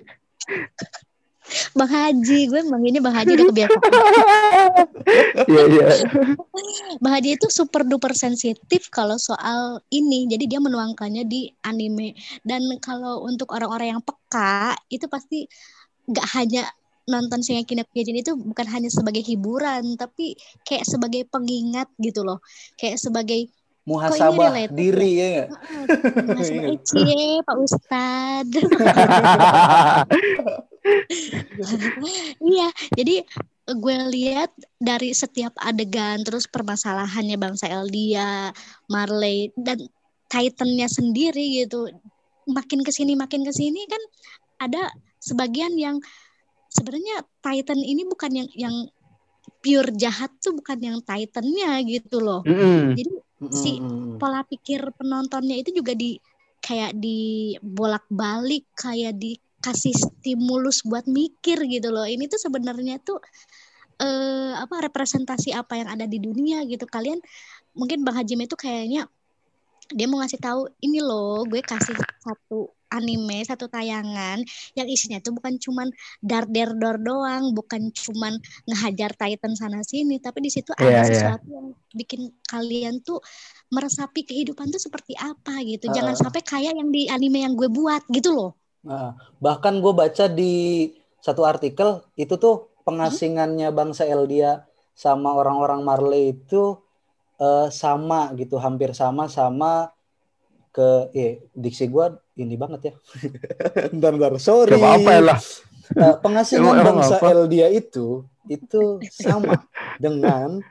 S3: Bang Haji, gue manggilnya Bang Haji udah kebiasaan.
S2: Iya iya.
S3: Bang Haji itu super duper sensitif kalau soal ini, jadi dia menuangkannya di anime. Dan kalau untuk orang-orang yang peka, itu pasti nggak hanya nonton Shingeki no Kyojin itu bukan hanya sebagai hiburan, tapi kayak sebagai pengingat gitu loh, kayak sebagai
S1: muhasabah diri ya.
S3: Muhasabah cie Pak Ustadz. Iya, jadi gue lihat dari setiap adegan, terus permasalahannya bangsa Eldia, Marley dan Titan-nya sendiri gitu. Makin kesini makin kesini kan ada sebagian yang sebenarnya Titan ini bukan yang yang pure jahat tuh, bukan yang Titan-nya gitu loh. Mm-hmm. Jadi si pola pikir penontonnya itu juga di kayak dibolak-balik, kayak dikasih stimulus buat mikir gitu loh. Ini tuh sebenarnya tuh eh, apa representasi apa yang ada di dunia gitu. Kalian mungkin Bang Hajime itu kayaknya dia mau ngasih tahu ini loh, gue kasih satu anime, satu tayangan yang isinya tuh bukan cuman dar der dor doang, bukan cuman ngehajar Titan sana sini, tapi di situ yeah, ada sesuatu yeah. yang bikin kalian tuh meresapi kehidupan tuh seperti apa gitu. Uh, Jangan sampai kayak yang di anime yang gue buat gitu loh.
S1: Uh, bahkan gue baca di satu artikel itu tuh pengasingannya bangsa Eldia sama orang-orang Marley itu uh, sama gitu, hampir sama sama ke eh diksi gue ini banget ya. bentar, bentar. Sorry.
S2: Apa lah.
S1: Uh, pengasingan emang, bangsa emang Eldia itu itu sama dengan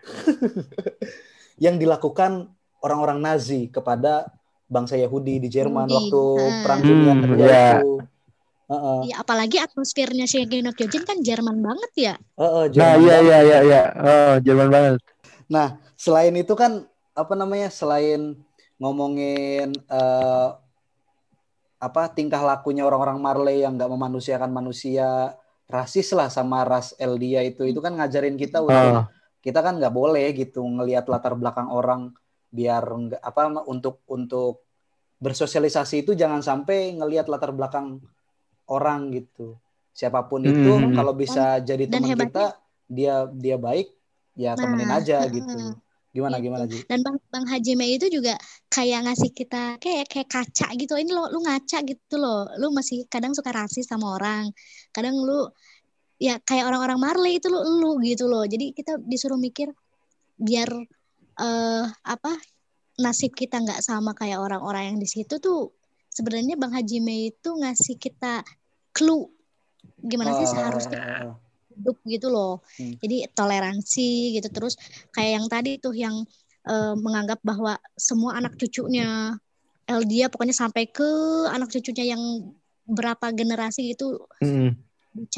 S1: yang dilakukan orang-orang Nazi kepada bangsa Yahudi di Jerman Yahudi. waktu uh. Perang Dunia Kedua hmm, yeah. itu. Uh-uh.
S3: Ya, apalagi atmosfernya Shingeki no Kyojin kan Jerman banget ya.
S1: Uh-uh,
S2: nah, iya iya iya iya. Oh, Jerman banget.
S1: Nah, selain itu kan apa namanya? Selain ngomongin uh, apa tingkah lakunya orang-orang Marley yang nggak memanusiakan manusia, rasis lah sama ras Eldia itu, itu kan ngajarin kita untuk uh. kita kan nggak boleh gitu ngelihat latar belakang orang, biar nggak apa untuk untuk bersosialisasi itu jangan sampai ngelihat latar belakang orang gitu. Siapapun hmm. itu kalau bisa jadi teman kita, dia dia baik ya temenin nah, aja gitu. Gimana gitu. gimana Ji?
S3: Dan Bang Bang Hajime itu juga kayak ngasih kita kayak kayak kaca gitu. Ini lo lu ngaca gitu loh. Lu masih kadang suka rasis sama orang. Kadang lu ya kayak orang-orang Marley itu lu lu gitu loh. Jadi kita disuruh mikir biar uh, apa nasib kita nggak sama kayak orang-orang yang di situ tuh. Sebenarnya Bang Hajime itu ngasih kita clue gimana sih seharusnya hidup gitu loh. Hmm. Jadi toleransi gitu, terus kayak yang tadi tuh yang uh, menganggap bahwa semua anak cucunya Eldia pokoknya sampai ke anak cucunya yang berapa generasi gitu hmm. dicap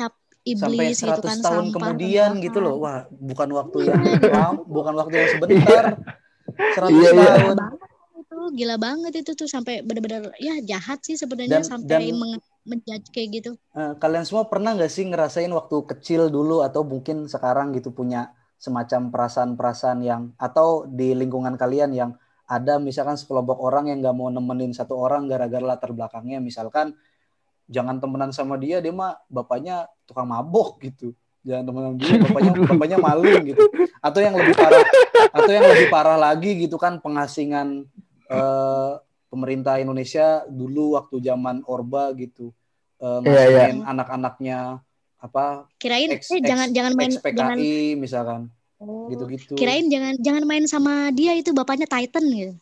S1: sampai
S3: iblis gitu
S1: seratus
S3: kan,
S1: tahun
S3: sampah,
S1: kemudian
S3: penjahat.
S1: gitu loh. Wah, bukan waktu
S3: Iya
S1: yang
S3: gitu.
S1: lama, bukan waktu yang sebentar. seratus
S2: Iya, iya.
S3: Gila
S1: tahun.
S3: banget itu, gila banget itu tuh sampai benar-benar ya jahat sih sebenarnya
S1: Dan
S3: sampai
S1: dan
S3: meng- menjudge kayak gitu.
S1: eh, kalian semua pernah nggak sih ngerasain waktu kecil dulu atau mungkin sekarang gitu punya semacam perasaan-perasaan yang atau di lingkungan kalian yang ada misalkan sekelompok orang yang nggak mau nemenin satu orang gara-gara latar belakangnya, misalkan jangan temenan sama dia, dia mah bapaknya tukang mabok gitu, jangan temenan dia, bapaknya bapaknya maling gitu, atau yang lebih parah atau yang lebih parah lagi gitu kan, pengasingan eh, pemerintah Indonesia dulu waktu zaman Orba gitu, eh,
S2: Iya, iya.
S1: ngasingin anak-anaknya apa
S3: Kirain
S1: ex
S3: eh jangan
S1: ex
S3: jangan
S1: ex
S3: main jangan
S1: P K I misalkan
S3: oh,
S1: gitu-gitu.
S3: kirain jangan jangan main sama dia itu bapaknya Titan gitu.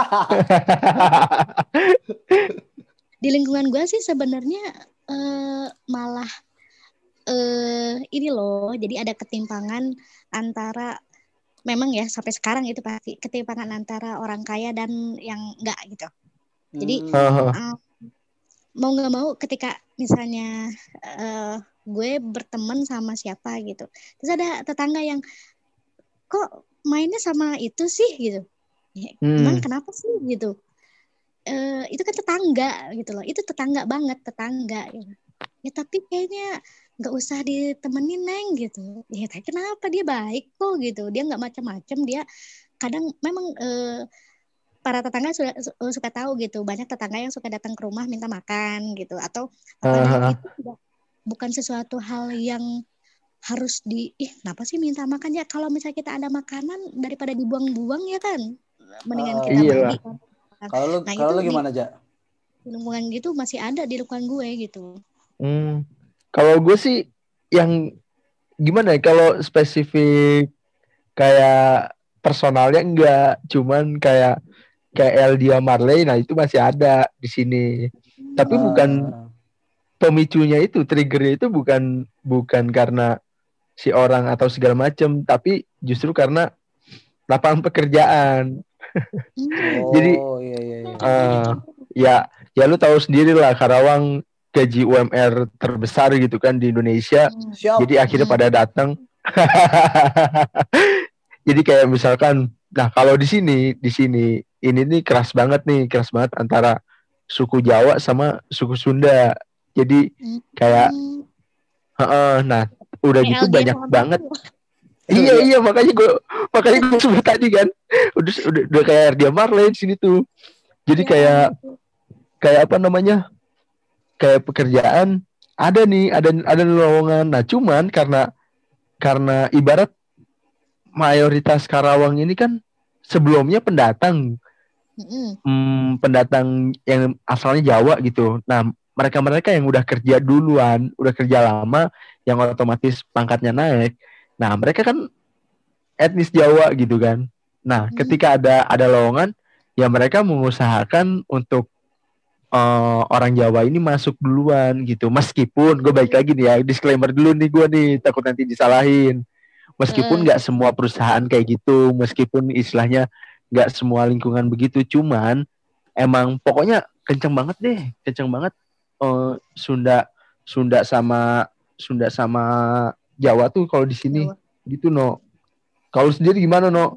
S3: Di lingkungan gue sih sebenarnya eh, malah eh, ini loh, jadi ada ketimpangan antara memang ya sampai sekarang itu pasti ketimpangan antara orang kaya dan yang enggak gitu. Jadi
S1: Hmm.
S3: uh, mau nggak mau ketika misalnya uh, gue berteman sama siapa gitu, terus ada tetangga yang kok mainnya sama itu sih gitu, ya, emang
S2: Hmm.
S3: kenapa sih gitu? Uh, itu kan tetangga gitu loh, itu tetangga banget tetangga gitu. Ya tapi kayaknya nggak usah ditemenin neng gitu. Ya tapi kenapa, dia baik kok gitu, dia nggak macam-macam, dia kadang memang uh, para tetangga suka, suka tahu gitu, banyak tetangga yang suka datang ke rumah minta makan gitu, atau apa, dan
S2: Uh-huh.
S3: itu tidak bukan sesuatu hal yang harus di ih kenapa sih minta makan, ya kalau misalnya kita ada makanan daripada dibuang-buang ya kan, mendingan
S1: Uh,
S3: kita
S2: Iya
S3: bagi
S2: lah.
S3: kan.
S1: Kalau lu
S3: Nah
S1: kalau
S3: itu
S1: lu
S3: di
S1: gimana, Ja?
S3: lingkungan gitu masih ada di lingkungan gue gitu.
S2: Hmm. Kalau gue sih yang gimana ya, kalau spesifik kayak personalnya enggak, cuman kayak kayak Eldia Marley, nah itu masih ada di sini. Tapi bukan
S1: Uh,
S2: pemicunya itu, triggernya itu bukan bukan karena si orang atau segala macam, tapi justru karena lapangan pekerjaan. Jadi
S1: oh iya iya iya.
S2: uh, ya ya lu tahu sendiri lah, Karawang gaji U M R terbesar gitu kan di Indonesia.
S1: Siap.
S2: Jadi akhirnya pada datang. Jadi kayak misalkan, nah kalau di sini di sini ini nih keras banget nih, keras banget antara suku Jawa sama suku Sunda. Jadi kayak uh, nah udah
S3: Kayak
S2: gitu
S3: L D R
S2: banyak
S3: sama
S2: banget.
S1: L D R.
S2: Iya iya makanya gue makanya gue sebut tadi kan, udah udah, udah kayak dia Marley di sini tuh. Jadi
S3: ya,
S2: kayak
S3: gitu.
S2: kayak apa namanya, kayak pekerjaan ada nih, ada ada lowongan. Nah cuman karena karena ibarat mayoritas Karawang ini kan sebelumnya pendatang, hmm, pendatang yang asalnya Jawa gitu. Nah mereka-mereka yang udah kerja duluan, udah kerja lama, yang otomatis pangkatnya naik. Nah mereka kan etnis Jawa gitu kan. Nah ketika ada ada lowongan, ya mereka mengusahakan untuk uh, orang Jawa ini masuk duluan gitu. Meskipun gue baik lagi nih ya, disclaimer dulu nih gue nih, takut nanti disalahin. Meskipun nggak semua perusahaan kayak gitu, meskipun istilahnya nggak semua lingkungan begitu, cuman emang pokoknya kenceng banget deh, kenceng banget uh, Sunda Sunda sama Sunda sama Jawa tuh kalau di sini gitu no. Kalau sendiri gimana no?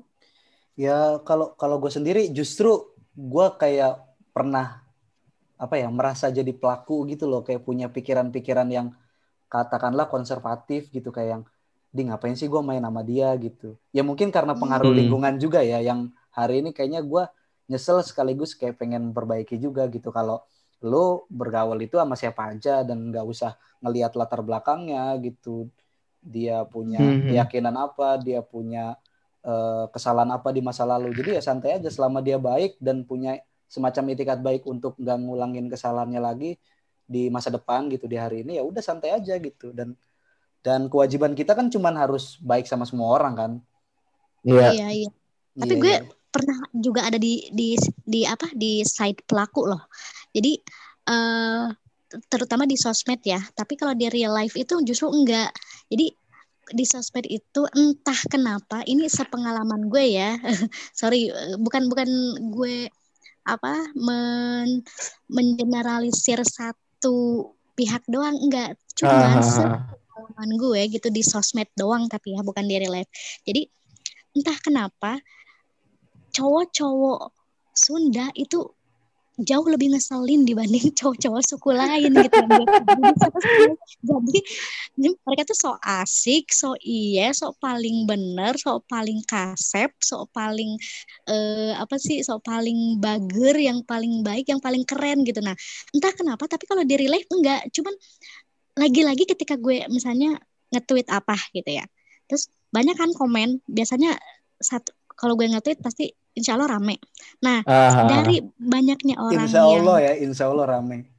S1: Ya kalau kalau gue sendiri justru gue kayak pernah apa ya merasa jadi pelaku gitu loh, kayak punya pikiran-pikiran yang katakanlah konservatif gitu, kayak yang di ngapain sih gue main sama dia gitu. Ya mungkin karena pengaruh
S2: Hmm.
S1: lingkungan juga ya, yang hari ini kayaknya gue nyesel sekaligus kayak pengen perbaiki juga gitu. Kalau lo bergaul itu sama siapa aja dan nggak usah ngelihat latar belakangnya gitu, dia punya
S2: Hmm.
S1: keyakinan apa, dia punya uh, kesalahan apa di masa lalu. Jadi ya santai aja selama dia baik dan punya semacam itikat baik untuk nggak ngulangin kesalahannya lagi di masa depan gitu, di hari ini ya udah santai aja gitu. Dan dan kewajiban kita kan cuman harus baik sama semua orang kan.
S2: Iya.
S3: Iya iya. Tapi
S1: Iya,
S3: gue
S1: iya.
S3: pernah juga ada di di di apa di side pelaku loh. Jadi uh, terutama di sosmed ya. Tapi kalau di real life itu justru enggak. Jadi di sosmed itu entah kenapa, ini sepengalaman gue ya. Sorry, bukan bukan gue apa men mengeneralisir satu pihak doang, enggak. Cuman
S2: Ah.
S3: teman gue gitu di sosmed doang tapi ya bukan di real life. Jadi entah kenapa cowok-cowok Sunda itu jauh lebih ngeselin dibanding cowok-cowok suku lain gitu yang gue jadi mereka tuh so asik, so iya, so paling bener, so paling kasep, so paling eh, apa sih, so paling bager, yang paling baik, yang paling keren gitu. Nah entah kenapa tapi kalau di real life enggak, cuman lagi-lagi ketika gue misalnya nge-tweet apa gitu ya, terus banyak kan komen, biasanya satu kalau gue nge-tweet pasti insya Allah rame. Nah,
S2: Ah.
S3: dari banyaknya orang
S1: Insya Allah
S3: yang
S1: ya, insya Allah rame.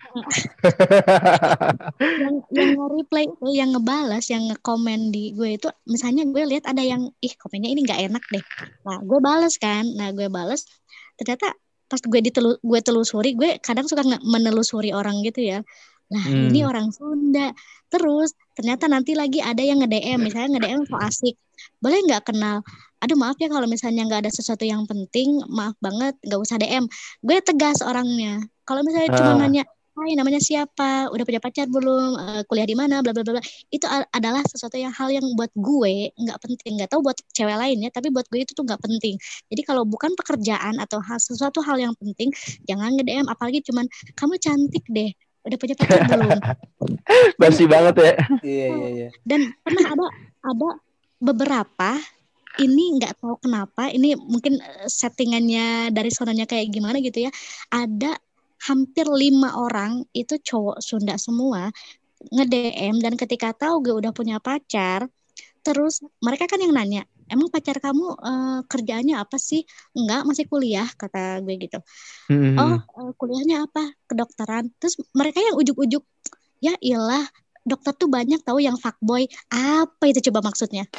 S3: yang yang nge-reply itu, yang ngebalas, yang nge-komen di gue itu, misalnya gue lihat ada yang ih komennya ini nggak enak deh. Nah, gue balas kan. Nah, gue balas. Ternyata pas gue ditelu, gue telusuri, gue kadang suka nggak menelusuri orang gitu ya. Nah,
S2: Hmm.
S3: ini orang Sunda. Terus ternyata nanti lagi ada yang nge-D M, misalnya nge-D M so asik. Boleh nggak kenal? Aduh maaf ya kalau misalnya nggak ada sesuatu yang penting, maaf banget, nggak usah D M. Gue tegas orangnya. Kalau misalnya cuma
S2: Ah.
S3: nanya, hai namanya siapa, udah punya pacar belum, uh, kuliah di mana, bla bla bla, itu a- adalah sesuatu yang hal yang buat gue nggak penting. Nggak tahu buat cewek lain ya, tapi buat gue itu tuh nggak penting. Jadi kalau bukan pekerjaan atau hal, sesuatu hal yang penting, jangan nge-D M. Apalagi cuman kamu cantik deh, udah punya pacar belum.
S2: Basi banget ya.
S1: Iya iya iya.
S3: Dan pernah ada ada beberapa, ini nggak tahu kenapa, ini mungkin eh, settingannya dari sonanya kayak gimana gitu ya, ada hampir lima orang itu cowok Sunda semua nge-D M, dan ketika tahu gue udah punya pacar, terus mereka kan yang nanya, emang pacar kamu eh, kerjaannya apa sih? Enggak, masih kuliah, kata gue gitu.
S2: Hmm.
S3: Oh, eh, kuliahnya apa? Kedokteran. Terus mereka yang ujuk-ujuk, ya iyalah, dokter tuh banyak tahu yang fuckboy. Apa itu coba maksudnya?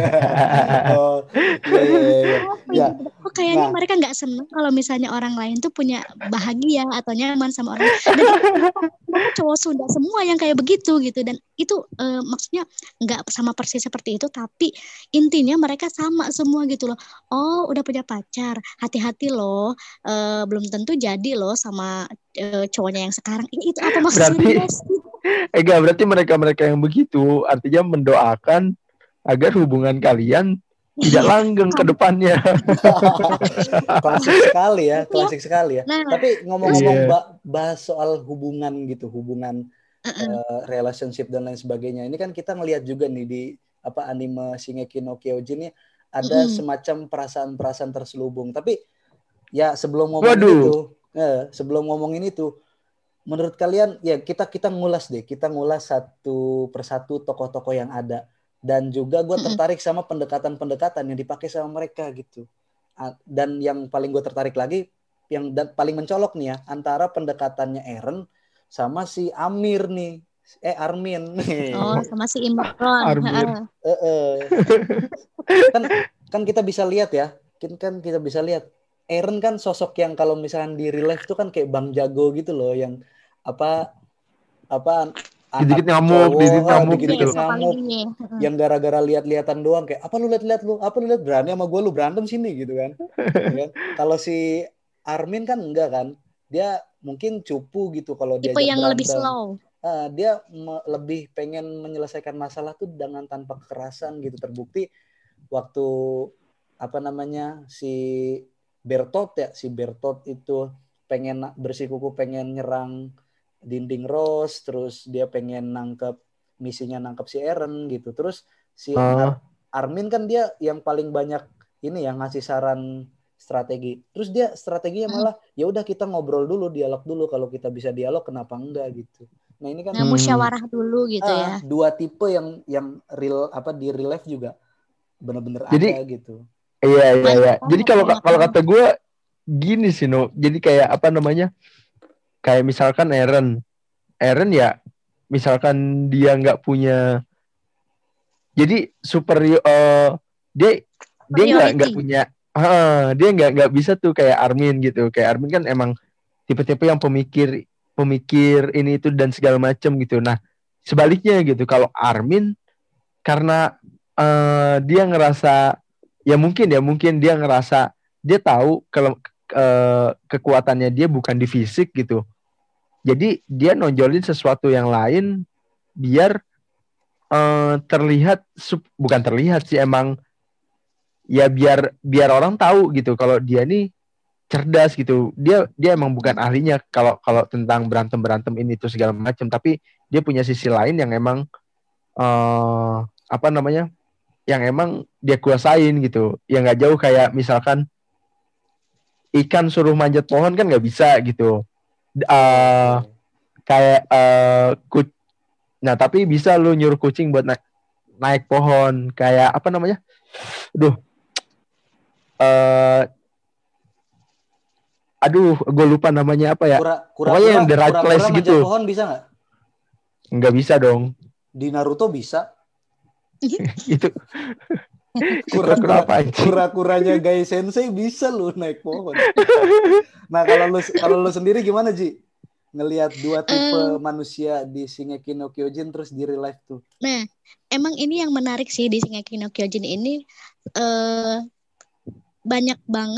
S1: Oh iya iya iya. iya.
S3: Apa
S1: Ya.
S3: itu? Kok kayaknya
S1: Nah.
S3: mereka nggak seneng kalau misalnya orang lain tuh punya bahagia atau nyaman sama orang lain. Dan itu kenapa, kenapa cowok Sunda semua yang kayak begitu gitu. Dan itu eh, maksudnya nggak sama persis seperti itu, tapi intinya mereka sama semua gitu loh. Oh udah punya pacar, hati-hati loh, eh, belum tentu jadi loh sama eh, cowoknya yang sekarang. Ini itu apa maksudnya
S2: Berarti-
S3: sih?
S2: Eh enggak, berarti mereka-mereka yang begitu artinya mendoakan agar hubungan kalian tidak langgeng ke depannya.
S1: Klasik sekali ya, klasik sekali ya.
S3: Nah,
S1: Tapi ngomong-ngomong
S2: Iya.
S1: ba- bahas soal hubungan gitu, hubungan
S3: uh-uh.
S1: uh, relationship dan lain sebagainya. Ini kan kita ngelihat juga nih di apa anime Shingeki no Kyojin ini ada
S3: Mm-mm.
S1: semacam perasaan-perasaan terselubung. Tapi ya sebelum ngomongin
S2: Waduh.
S1: itu, eh, sebelum ngomongin itu, menurut kalian ya kita kita ngulas deh, kita ngulas satu persatu tokoh-tokoh yang ada. Dan juga gue tertarik sama pendekatan-pendekatan yang dipakai sama mereka gitu. Dan yang paling gue tertarik lagi, yang da- paling mencolok nih ya, antara pendekatannya Eren sama si Amir nih, eh Armin.
S3: Oh, sama si Imron.
S2: Armin.
S1: Eh, eh. kan kan kita bisa lihat ya, kan kan kita bisa lihat Eren kan sosok yang kalau misalnya di real life tuh kan kayak Bang Jago gitu loh, yang apa apa
S2: Dikit-dikit ngamuk, dikit-dikit
S1: ah,
S2: ngamuk
S1: dikit-dikit
S2: gitu.
S1: ngamuk, yang gara-gara lihat-lihatan doang kayak apa lu lihat-lihat lu, apa lu lihat berani sama gue lu berantem sini gitu kan. Ya kan? Kalau si Armin kan enggak kan, dia mungkin cupu gitu kalau
S3: Tipe
S1: diajak
S3: yang
S1: berantem.
S3: lebih slow.
S1: Uh, dia me- lebih pengen menyelesaikan masalah tuh dengan tanpa kekerasan gitu. Terbukti waktu apa namanya si Bertolt ya, si Bertolt itu pengen bersikuku pengen nyerang dinding Rose, terus dia pengen nangkep misinya nangkep si Eren gitu. Terus si
S2: Uh.
S1: Ar- Armin kan dia yang paling banyak ini yang ngasih saran strategi. Terus dia strateginya malah ya udah kita ngobrol dulu, dialog dulu, kalau kita bisa dialog kenapa enggak gitu. Nah, ini kan
S3: Nah, musyawarah dulu gitu
S1: ah,
S3: ya.
S1: dua tipe yang yang real apa di real life juga benar-benar
S2: Jadi,
S1: ada gitu.
S2: Iya iya iya.
S3: Banyak
S2: Jadi kalau
S3: banget.
S2: kalau kata gue gini sih no. Jadi kayak apa namanya? Kayak misalkan Eren. Eren ya misalkan dia nggak punya, jadi superior uh, dia dia nggak nggak
S3: Priority.
S2: punya, uh, dia nggak nggak bisa tuh kayak Armin gitu. Kayak Armin kan emang tipe-tipe yang pemikir pemikir ini itu dan segala macam gitu. Nah sebaliknya gitu, kalau Armin karena uh, dia ngerasa ya mungkin ya mungkin dia ngerasa dia tahu kalau uh, kekuatannya dia bukan di fisik gitu. Jadi dia nonjolin sesuatu yang lain biar uh, terlihat bukan terlihat sih emang ya biar biar orang tahu gitu kalau dia nih cerdas gitu. Dia dia emang bukan ahlinya kalau kalau tentang berantem berantem ini tuh segala macam, tapi dia punya sisi lain yang emang uh, apa namanya yang emang dia kuasain gitu. Yang nggak jauh kayak misalkan ikan suruh manjat pohon kan nggak bisa gitu. Uh, kayak uh, ku- nah tapi bisa lu nyuruh kucing buat naik naik pohon kayak apa namanya? Aduh. Uh, aduh, gue lupa namanya apa ya.
S1: Kura, kura,
S2: Pokoknya
S1: kura,
S2: yang the right
S1: kura,
S2: place
S1: kura
S2: gitu.
S1: Manjat pohon bisa nggak?
S2: Nggak bisa dong.
S1: Di Naruto bisa.
S2: Itu
S1: kura-kura kura-kuranya Gai Sensei bisa lu naik pohon. Nah, kalau lu kalau lu sendiri gimana, Ji? Ngelihat dua tipe uh, manusia di Shingeki no Kyojin terus di real life tuh.
S3: Nah, emang ini yang menarik sih di Shingeki no Kyojin ini uh, banyak banget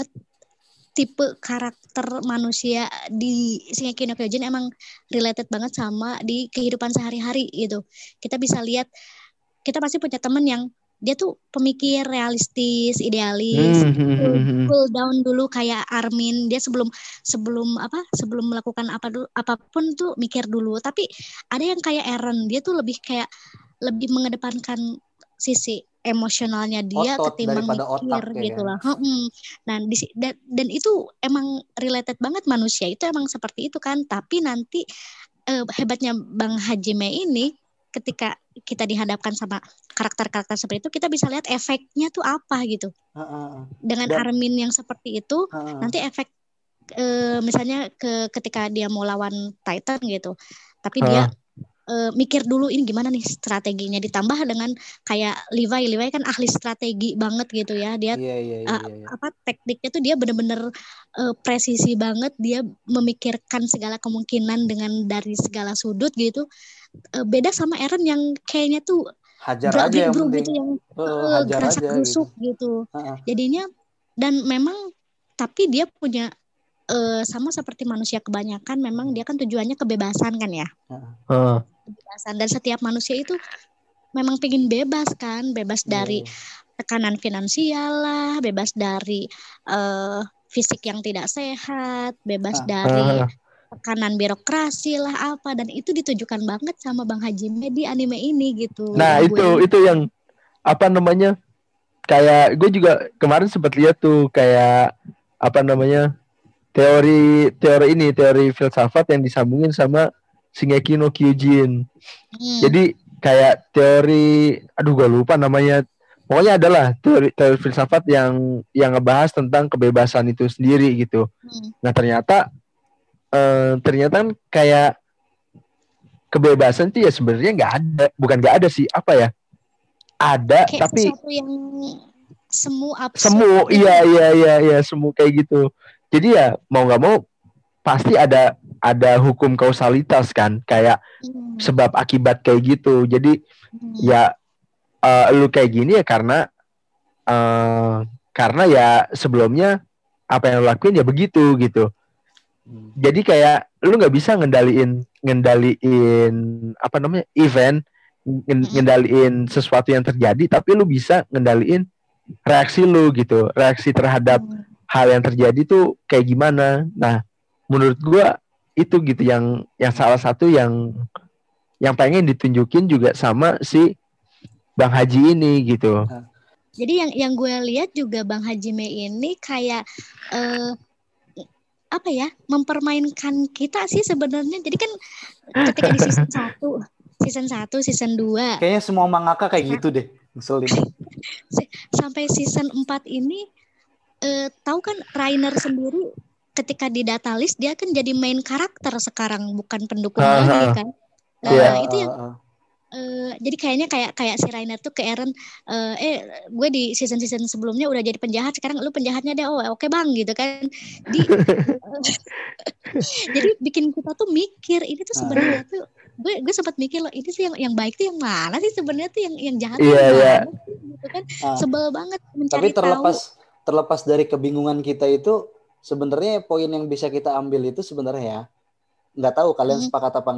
S3: tipe karakter manusia di Shingeki no Kyojin emang related banget sama di kehidupan sehari-hari gitu. Kita bisa lihat, kita pasti punya teman yang dia tuh pemikir realistis, idealis,
S2: hmm.
S3: cool, cool down dulu kayak Armin. Dia sebelum sebelum apa sebelum melakukan apa dulu apapun tuh mikir dulu. Tapi ada yang kayak Eren, dia tuh lebih kayak lebih mengedepankan sisi emosionalnya dia
S1: otot
S3: ketimbang mikir otak, gitu lah.
S1: Kan?
S3: Hmm. Nah, di, dan, dan itu emang related banget, manusia itu emang seperti itu kan. Tapi nanti eh, hebatnya Bang Hajime ini, ketika kita dihadapkan sama karakter-karakter seperti itu, kita bisa lihat efeknya tuh apa gitu.
S1: Uh-uh.
S3: Dengan Dan, Armin yang seperti itu, uh-uh. nanti efek e, misalnya ke ketika dia mau lawan Titan gitu, tapi uh. dia e, mikir dulu ini gimana nih strateginya, ditambah dengan kayak Levi, Levi kan ahli strategi banget gitu ya, dia
S1: yeah, yeah, yeah, yeah, yeah.
S3: apa tekniknya tuh dia benar-benar e, presisi banget, dia memikirkan segala kemungkinan dengan dari segala sudut gitu. Beda sama Eren yang kayaknya tuh
S1: hajar aja yang
S3: bro
S1: penting.
S3: gitu, yang
S1: uh, hajar
S3: gerasak
S1: aja
S3: gerusuk gitu, gitu. Uh-uh. Jadinya dan memang tapi dia punya uh, sama seperti manusia kebanyakan, memang dia kan tujuannya kebebasan kan ya.
S2: Uh.
S3: Kebebasan, dan setiap manusia itu memang pengen bebas kan, bebas yeah. dari tekanan finansial lah, bebas dari uh, fisik yang tidak sehat, bebas uh. dari uh. tekanan birokrasi lah apa, dan itu ditujukan banget sama Bang Hajime di anime ini gitu.
S2: Nah itu gue... itu yang apa namanya, kayak gue juga kemarin sempat lihat tuh kayak apa namanya teori teori ini teori filsafat yang disambungin sama Shingeki no Kyojin. Hmm. Jadi kayak teori, aduh gue lupa namanya, pokoknya adalah teori teori filsafat yang yang ngebahas tentang kebebasan itu sendiri gitu. Hmm. Nah ternyata Uh, ternyata kan kayak kebebasan tuh ya sebenarnya nggak ada, bukan nggak ada sih, apa ya, ada
S3: kayak
S2: tapi
S3: sesuatu yang semu absurd
S2: semu gitu. iya iya iya iya semu kayak gitu. Jadi ya mau nggak mau pasti ada ada hukum kausalitas kan, kayak hmm. sebab akibat kayak gitu. Jadi hmm. ya uh, lu kayak gini ya karena uh, karena ya sebelumnya apa yang lu lakuin ya begitu gitu. Jadi kayak lu nggak bisa ngendaliin ngendaliin apa namanya event, ngendaliin sesuatu yang terjadi, tapi lu bisa ngendaliin reaksi lu gitu, reaksi terhadap hmm. hal yang terjadi tuh kayak gimana. Nah menurut gua itu gitu yang yang salah satu yang yang pengen ditunjukin juga sama si Bang Haji ini gitu.
S3: Jadi yang yang gue lihat juga Bang Hajime ini kayak uh, apa ya, mempermainkan kita sih sebenarnya. Jadi kan ketika di season satu, season satu, season dua,
S1: kayaknya semua mangaka kayak gitu deh, ngeselin.
S3: Sampai season empat ini eh, tahu kan Rainer sendiri ketika di Datalis dia kan jadi main karakter sekarang, bukan pendukung uh, lagi kan. Nah, yeah. itu yang Uh, jadi kayaknya kayak kayak si Rainer tuh ke Eren, uh, eh gue di season season sebelumnya udah jadi penjahat, sekarang lu penjahatnya deh, oh oke okay bang gitu kan. Di uh, jadi bikin kita tuh mikir ini tuh sebenarnya tuh gue gue sempat mikir loh, ini sih yang yang baik tuh yang mana sih sebenarnya tuh, yang yang jahat tuh
S2: yeah,
S3: yang
S2: yeah.
S3: mana sih gitu kan. Uh, sebel banget mencari
S1: tapi terlepas
S3: tahu.
S1: terlepas dari kebingungan kita itu, sebenarnya poin yang bisa kita ambil itu sebenarnya ya, nggak tahu kalian hmm. sepakat apa enggak nih,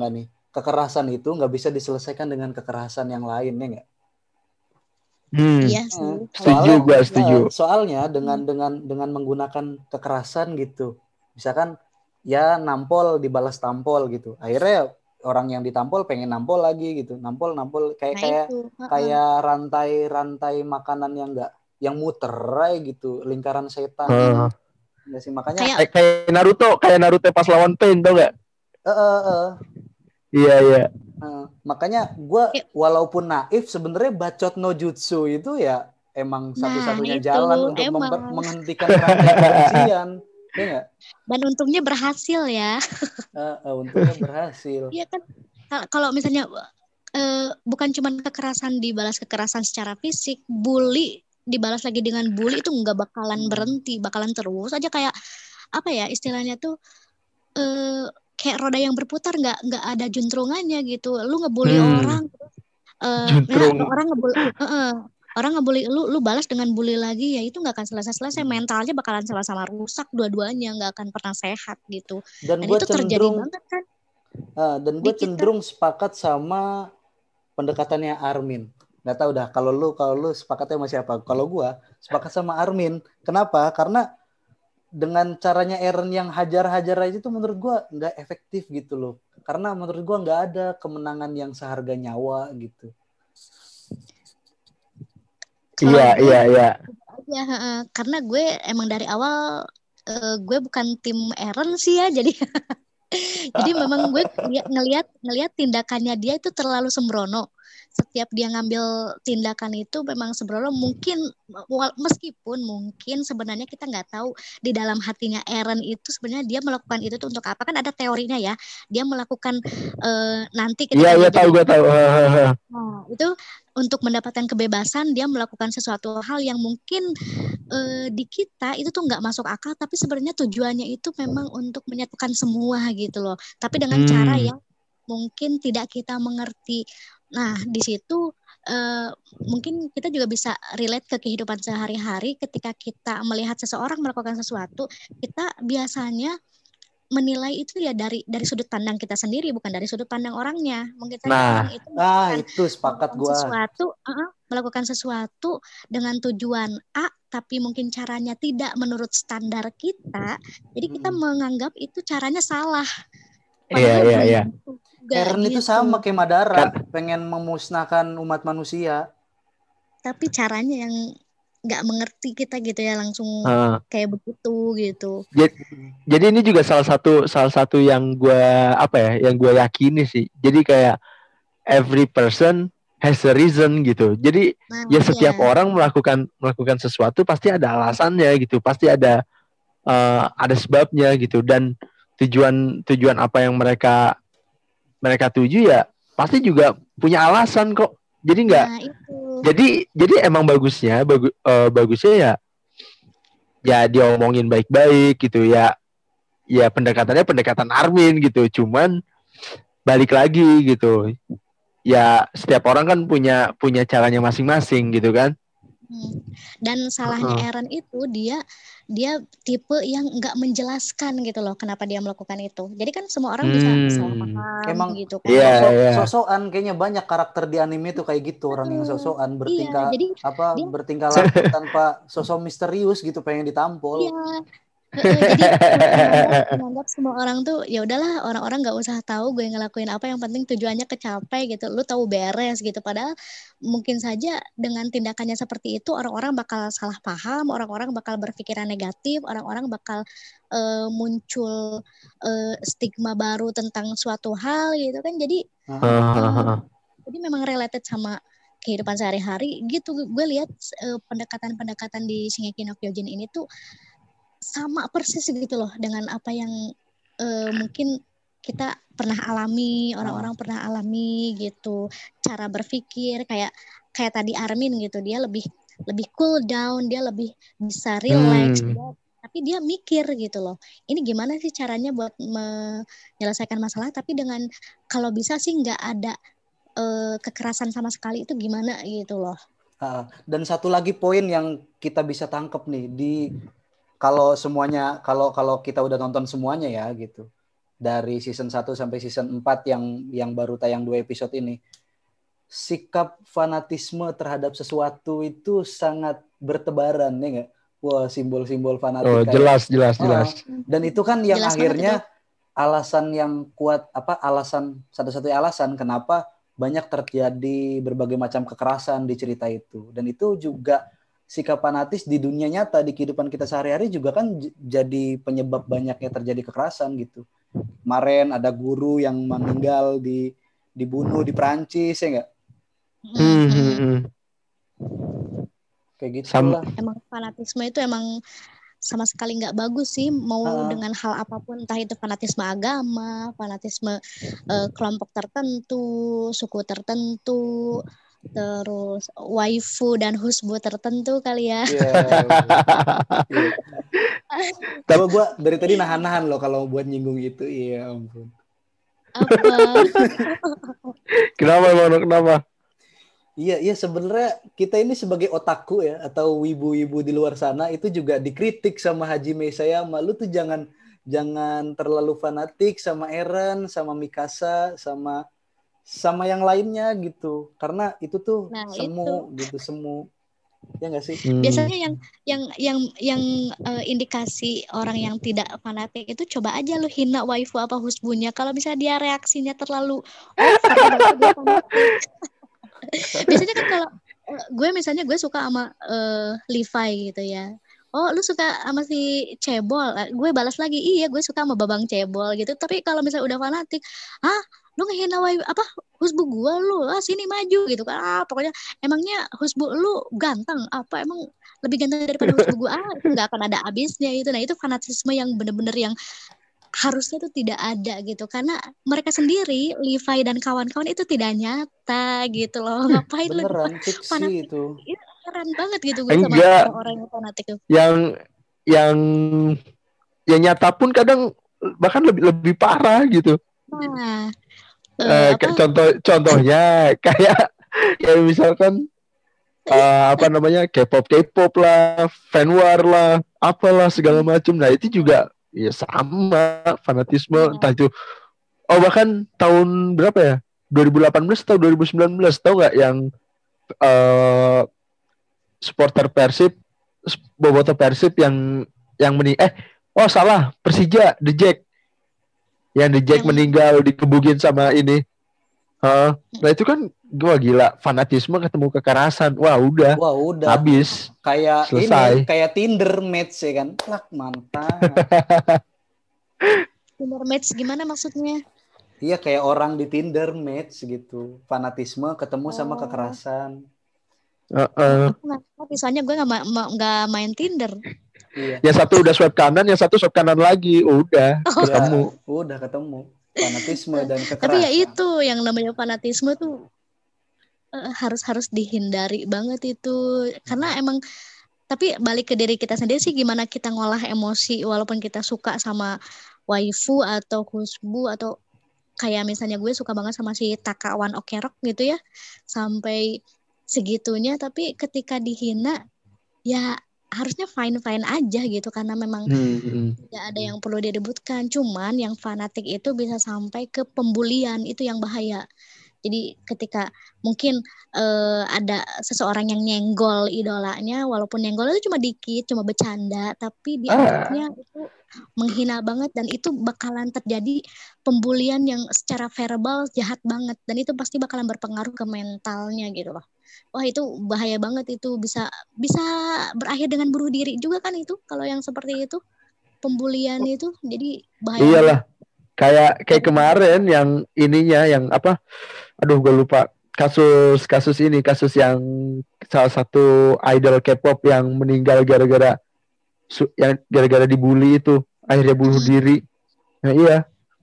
S1: kekerasan itu nggak bisa diselesaikan dengan kekerasan yang lain, ya nggak?
S2: Hmm.
S3: Iya sih.
S1: Eh,
S2: Setuju,
S1: soalnya,
S2: gua setuju.
S1: eh, soalnya dengan dengan dengan menggunakan kekerasan gitu, misalkan ya nampol dibalas tampol gitu, akhirnya orang yang ditampol pengen nampol lagi gitu, nampol nampol kayak
S3: Nah
S1: kayak
S3: itu. Heeh.
S1: kayak rantai-rantai makanan yang enggak yang muter aja gitu, lingkaran setan.
S2: Heeh.
S1: Nggak sih, makanya
S3: Kayak
S2: Kayak kayak Naruto, kayak Naruto pas lawan Pain, tau gak?
S1: eh, eh, eh,
S2: Iya, iya.
S1: eh, makanya gue
S3: kayak-
S1: walaupun naif sebenarnya bacot no jutsu itu ya emang
S3: nah
S1: satu-satunya
S3: itu
S1: jalan untuk member-
S3: emang.
S1: menghentikan rantai kebencian, ya nggak?
S3: Dan untungnya berhasil ya.
S1: Eh, eh, untungnya berhasil.
S3: Iya kan. Kal- Kalau misalnya eh, bukan cuma kekerasan dibalas kekerasan secara fisik, bully dibalas lagi dengan bully itu nggak bakalan berhenti, bakalan terus aja kayak apa ya istilahnya tuh eh, kayak roda yang berputar nggak nggak ada juntrungannya gitu. Lu ngebully
S2: Hmm.
S3: orang, eh ya,
S2: Juntrung.
S3: orang ngebully, eh, eh, orang ngebully lu, lu balas dengan bully lagi ya itu nggak akan selesai-selesai. Mentalnya bakalan sama-sama rusak dua-duanya, nggak akan pernah sehat gitu.
S1: Dan
S3: Dan
S1: gue
S3: itu terjadi
S1: cenderung
S3: banget kan
S1: eh, dan
S3: di
S1: gue
S3: kita.
S1: cenderung sepakat sama pendekatannya Armin. Nggak tahu dah kalau lu kalau lu sepakatnya sama siapa. Kalau gue sepakat sama Armin. Kenapa? Karena dengan caranya Eren yang hajar-hajar aja tuh menurut gue nggak efektif gitu loh. Karena menurut gue nggak ada kemenangan yang seharga nyawa gitu.
S3: Kalau
S2: Iya,
S3: gue
S2: iya, iya.
S3: ya heeh, karena gue emang dari awal eh, gue bukan tim Eren sih ya, jadi jadi memang gue ngeliat ngelihat ngelihat tindakannya dia itu terlalu sembrono. Setiap dia ngambil tindakan itu memang sembrono. Mungkin wal- meskipun mungkin sebenarnya kita nggak tahu di dalam hatinya Eren itu sebenarnya dia melakukan itu tuh untuk apa, kan ada teorinya ya. Dia melakukan eh, nanti
S2: Iya,
S3: ketika
S2: iya,
S3: dia
S2: tahu,
S3: jadi
S2: gue tahu.
S3: nah, itu untuk mendapatkan kebebasan dia melakukan sesuatu hal yang mungkin eh, di kita itu tuh nggak masuk akal, tapi sebenarnya tujuannya itu memang untuk menyatukan semua gitu loh. Tapi dengan cara
S2: Hmm.
S3: yang mungkin tidak kita mengerti. Nah, di situ eh, mungkin kita juga bisa relate ke kehidupan sehari-hari ketika kita melihat seseorang melakukan sesuatu, kita biasanya menilai itu ya dari dari sudut pandang kita sendiri, bukan dari sudut pandang orangnya. Mungkin saja orang
S2: Nah,
S3: itu
S1: Ah,
S3: melakukan
S1: itu sepakat
S3: melakukan
S1: gue.
S3: sesuatu, uh-uh, melakukan sesuatu dengan tujuan A, tapi mungkin caranya tidak menurut standar kita. Jadi kita menganggap itu caranya salah.
S2: iya,
S3: Padahal
S2: iya,
S3: belum
S2: iya.
S3: tentu juga
S1: Eren itu
S3: gitu.
S1: sama kayak Madara,
S2: Kan,
S1: pengen memusnahkan umat manusia.
S3: Tapi caranya yang nggak mengerti kita gitu ya, langsung
S2: eh,
S3: kayak begitu gitu.
S2: jadi, jadi ini juga salah satu salah satu yang gue apa ya, yang gue yakini sih. Jadi kayak every person has a reason gitu. Jadi
S3: Nah,
S2: ya setiap
S3: ya.
S2: orang melakukan melakukan sesuatu pasti ada alasannya gitu, pasti ada eh, ada sebabnya gitu, dan tujuan tujuan apa yang mereka mereka tuju ya pasti juga punya alasan kok. Jadi nggak
S3: Nah, itu.
S2: jadi jadi emang bagusnya bagu, eh, bagusnya ya ya dia omongin baik-baik gitu ya, ya pendekatannya pendekatan Armin gitu, cuman balik lagi gitu ya, setiap orang kan punya punya caranya masing-masing gitu kan.
S3: Hmm. Dan salahnya
S2: Uh-uh.
S3: Eren itu dia dia tipe yang nggak menjelaskan gitu loh kenapa dia melakukan itu. Jadi kan semua orang bisa salah
S2: Hmm.
S3: paham
S1: Emang
S3: gitu kan.
S2: Iya,
S1: sosok
S2: iya.
S1: sosokan kayaknya banyak karakter di anime itu kayak gitu, orang yang
S3: Betul.
S1: sosokan
S3: Iya,
S1: bertingkah
S3: jadi
S1: apa
S3: dia
S1: bertingkah laku tanpa sosok misterius gitu pengen ditampol.
S3: iya. Heeh, jadi menganggap menganggap semua orang tuh ya udahlah, orang-orang nggak usah tahu gue ngelakuin apa, yang penting tujuannya kecapai gitu, lu tahu beres gitu. Padahal mungkin saja dengan tindakannya seperti itu orang-orang bakal salah paham, orang-orang bakal berpikiran negatif, orang-orang bakal uh, muncul uh, stigma baru tentang suatu hal gitu kan. Jadi uh, jadi memang related sama kehidupan sehari-hari gitu. Gue lihat uh, pendekatan-pendekatan di Shingeki no Kyojin ini tuh sama persis gitu loh dengan apa yang uh, mungkin kita pernah alami, orang-orang pernah alami gitu. Cara berpikir kayak kayak tadi Armin gitu, dia lebih lebih cool down, dia lebih bisa relax,
S2: Hmm.
S3: dia, tapi dia mikir gitu loh. Ini gimana sih caranya buat menyelesaikan masalah, tapi dengan kalau bisa sih nggak ada uh, kekerasan sama sekali, itu gimana gitu loh.
S1: Uh, dan satu lagi poin yang kita bisa tangkap nih di kalau semuanya kalau kalau kita udah nonton semuanya ya gitu. dari season satu sampai season empat yang yang baru tayang dua episode ini, sikap fanatisme terhadap sesuatu itu sangat bertebaran ya nggak? Wah, simbol-simbol fanatik
S2: Oh,
S1: kayak
S2: jelas, jelas,
S1: oh,
S2: jelas.
S1: dan itu kan yang
S3: Jelas banget
S1: akhirnya
S3: itu.
S1: alasan yang kuat, apa alasan satu-satunya alasan kenapa banyak terjadi berbagai macam kekerasan di cerita itu. Dan itu juga sikap fanatis di dunia nyata, di kehidupan kita sehari-hari juga kan j- jadi penyebab banyaknya terjadi kekerasan gitu. Kemarin ada guru yang meninggal di dibunuh di Perancis ya nggak?
S2: Hmm, hmm,
S3: Mm-mm.
S2: hmm.
S1: Kayak
S2: Sam-
S1: gitulah.
S3: Emang fanatisme itu emang sama sekali nggak bagus sih, mau
S1: Ah.
S3: dengan hal apapun, entah itu fanatisme agama, fanatisme eh, kelompok tertentu, suku tertentu, terus waifu dan husbu tertentu kali ya.
S1: Iya. Iya. Gua gua dari tadi nahan-nahan loh kalau buat nyinggung itu. Iya ampun.
S3: Apa?
S2: Kenapa emang kenapa?
S1: Iya, iya sebenarnya kita ini sebagai otaku ya atau wibu-wibu di luar sana itu juga dikritik sama Hajime Isayama. Lu tuh jangan jangan terlalu fanatik sama Eren, sama Mikasa, sama sama yang lainnya gitu. Karena itu tuh
S3: Nah,
S1: semu gitu, semu. Ya nggak sih?
S2: Hmm.
S3: Biasanya yang yang yang yang eh, indikasi orang yang tidak fanatik itu, coba aja lu hina waifu apa husbunya. Kalau misalnya dia reaksinya terlalu over, berarti dia fanatik. Biasanya kan kalau eh, gue misalnya gue suka sama eh, Levi gitu ya. Oh, lu suka sama si Cebol? Eh, Gue balas lagi, iya gue suka sama Babang Cebol gitu. Tapi kalau misalnya udah fanatik, ah lu ngehina waifu apa husbu gue, lu ah sini maju gitu kan. Ah pokoknya emangnya husbu lu ganteng apa, emang lebih ganteng daripada husbu gue, ah itu nggak akan ada habisnya itu. Nah itu fanatisme yang bener-bener yang harusnya tuh tidak ada gitu, karena mereka sendiri Levi dan kawan-kawan itu tidak nyata gitu loh. Ngapain lu
S1: Beneran fiksi
S3: fanatik?
S1: itu.
S3: Itu keren banget gitu gue sama
S2: Enggak,
S3: orang-orang yang fanatik tuh.
S2: yang yang yang nyata pun kadang bahkan lebih lebih parah gitu.
S3: Nah, eh,
S2: Eh,
S3: apa
S2: kayak contoh contohnya kayak kayak misalkan eh, apa namanya K-pop K-pop lah, fan war lah, apalah segala macam. Nah itu juga ya sama fanatisme, entah itu. Oh bahkan tahun berapa ya? dua ribu delapan belas atau dua ribu sembilan belas, tahu nggak yang eh supporter Persib, bobotoh Persib yang yang meni eh oh salah, Persija, The Jack, yang The Jack
S3: yang
S2: meninggal dikebukin sama ini. Hah? Nah itu kan gua gila, fanatisme ketemu kekerasan. Wah udah,
S1: Wah udah
S2: habis,
S1: kayak
S2: selesai.
S1: ini kayak Tinder match ya kan. Plak mantap.
S3: Tinder match gimana maksudnya?
S1: Iya kayak orang di Tinder match gitu. Fanatisme ketemu sama
S3: Oh,
S1: kekerasan.
S2: Heeh.
S3: aku nggak tahu, soalnya gue nggak ma- ma- nggak main Tinder.
S1: Iya.
S2: Yang satu udah swipe kanan, yang satu swipe kanan lagi. Udah,
S3: Oh,
S2: ketemu.
S1: Ya, udah ketemu. Fanatisme dan
S3: tapi ya
S1: kekerasan.
S3: itu yang namanya fanatisme tuh eh, harus harus dihindari banget itu, karena emang. Tapi balik ke diri kita sendiri sih, gimana kita ngolah emosi walaupun kita suka sama waifu atau husbu, atau kayak misalnya gue suka banget sama si Takawan Okerok gitu ya, sampai segitunya. Tapi ketika dihina ya harusnya fine-fine aja gitu, karena memang
S2: Hmm, hmm.
S3: tidak ada yang perlu diributkan. Cuman yang fanatik itu bisa sampai ke pembulian, itu yang bahaya. Jadi ketika mungkin eh, ada seseorang yang nyenggol idolanya, walaupun nyenggol itu cuma dikit, cuma bercanda, tapi dianggapnya itu menghina banget, dan itu bakalan terjadi pembulian yang secara verbal jahat banget, dan itu pasti bakalan berpengaruh ke mentalnya gitu loh. Wah itu bahaya banget, itu bisa bisa berakhir dengan bunuh diri juga kan itu kalau yang seperti itu, pembulian itu, jadi bahaya banget.
S2: Iyalah, kayak kayak
S3: Dan
S2: kemarin yang ininya yang apa? Aduh, gue lupa. Kasus kasus ini, kasus yang salah satu idol K-pop yang meninggal gara-gara su- yang gara-gara dibully itu, akhirnya bunuh
S3: Mm,
S2: diri. Nah, iya,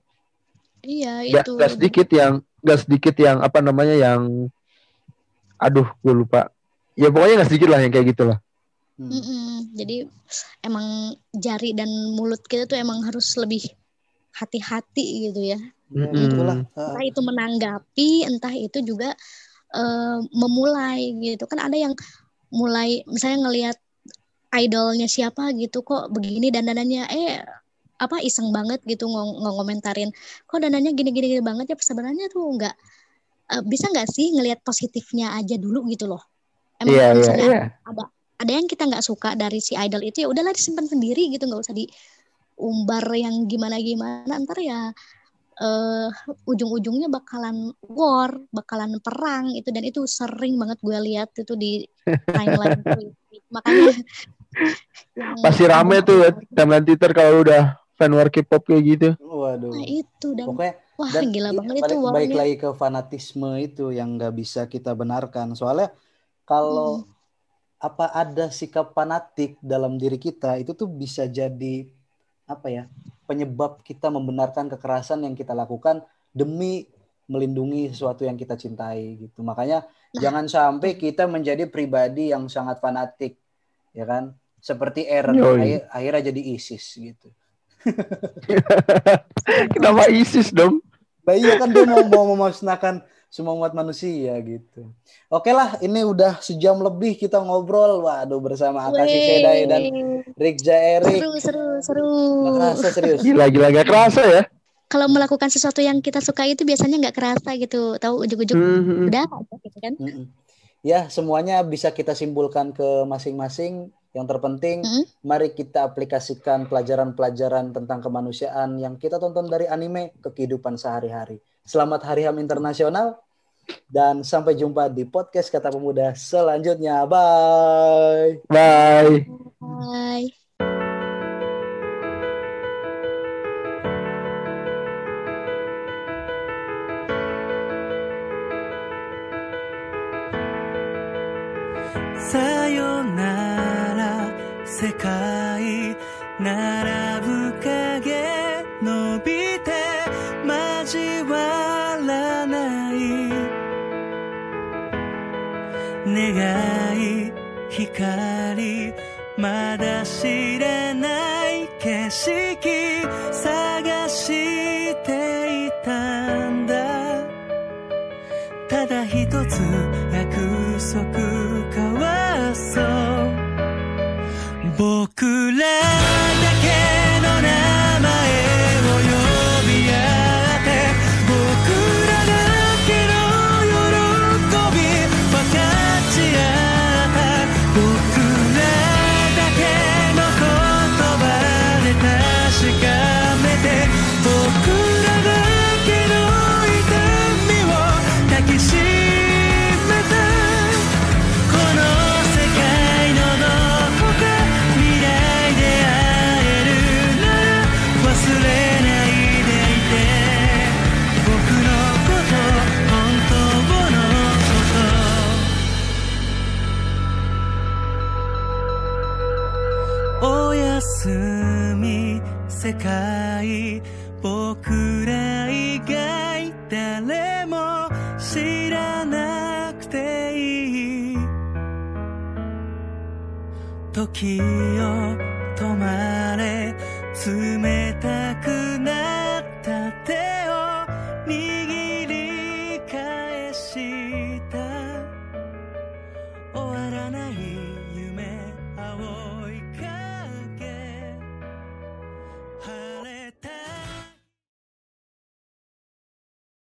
S3: iya
S2: gak,
S3: itu.
S2: gak sedikit yang gak sedikit yang apa namanya yang aduh, gue lupa. Ya pokoknya gak sedikit lah yang kayak gitulah.
S1: Hmm.
S3: Mm-mm. Jadi emang jari dan mulut kita tuh emang harus lebih hati-hati gitu ya.
S1: Ya
S2: Mm-mm.
S1: gitulah.
S3: Entah itu menanggapi, entah itu juga eh, memulai gitu. Kan ada yang mulai misalnya ngelihat idolnya siapa gitu kok begini dandanannya, eh apa iseng banget gitu ngom- ngomentarin kok dananya gini-gini banget ya, sebenarnya tuh nggak uh, bisa nggak sih ngelihat positifnya aja dulu gitu loh. Emang
S2: Iya, iya,
S3: misalnya
S2: iya.
S3: ada ada yang kita nggak suka dari si idol itu, ya udahlah disimpan sendiri gitu, nggak usah diumbar yang gimana-gimana, ntar ya uh, ujung-ujungnya bakalan war, bakalan perang itu, dan itu sering banget gue lihat itu di timeline gue. Makanya yang
S2: Pasti rame
S3: udah
S2: tuh ya, timeline Twitter kalau udah fan war K-pop kayak gitu.
S1: Waduh.
S3: nah itu dan
S1: Pokoknya
S3: wah
S1: dan
S3: gila
S1: i-
S3: banget itu
S1: balik, balik
S3: warnya.
S1: lagi ke fanatisme itu yang nggak bisa kita benarkan. Soalnya kalau
S3: Hmm.
S1: apa ada sikap fanatik dalam diri kita itu tuh bisa jadi apa ya, penyebab kita membenarkan kekerasan yang kita lakukan demi melindungi sesuatu yang kita cintai gitu. Makanya
S3: Nah,
S1: jangan sampai
S3: tuh.
S1: kita menjadi pribadi yang sangat fanatik, ya kan? Seperti Eren,
S2: Yoi.
S1: akhir, akhirnya jadi ISIS gitu.
S2: Kenapa ISIS dong?
S1: Nah, iya kan dia mau mau memusnahkan semua umat manusia gitu. Oke lah, ini udah sejam lebih kita ngobrol. Waduh, bersama Akashi Sedai dan
S3: Weh,
S1: Rikja Erik.
S3: seru seru seru.
S1: Nggak kerasa serius.
S2: Gila-gila gak kerasa ya.
S3: Kalau melakukan sesuatu yang kita suka itu biasanya nggak kerasa gitu, tahu ujuk-ujuk
S2: Hmm.
S3: udah gitu kan.
S1: Mm-mm. Ya, semuanya bisa kita simpulkan ke masing-masing. Yang terpenting,
S3: Hmm?
S1: mari kita aplikasikan pelajaran-pelajaran tentang kemanusiaan yang kita tonton dari anime ke kehidupan sehari-hari. Selamat Hari H A M Internasional. Dan sampai jumpa di podcast Kata Pemuda selanjutnya. Bye.
S2: Bye.
S3: Bye.
S4: Sayonara 世界並ぶ影伸びて交わらない願い光まだ知らない景色探していたんだただ一つ約束交わそう僕らだけの名前を呼び合って僕らだけの喜び分かち合った僕らだけの言葉で確かめて僕らだけの痛みを抱きしめたこの世界のどこか未来で会えるなら忘れないでいて僕のこと本当のことおやすみ世界僕ら以外誰も知らなくていい時を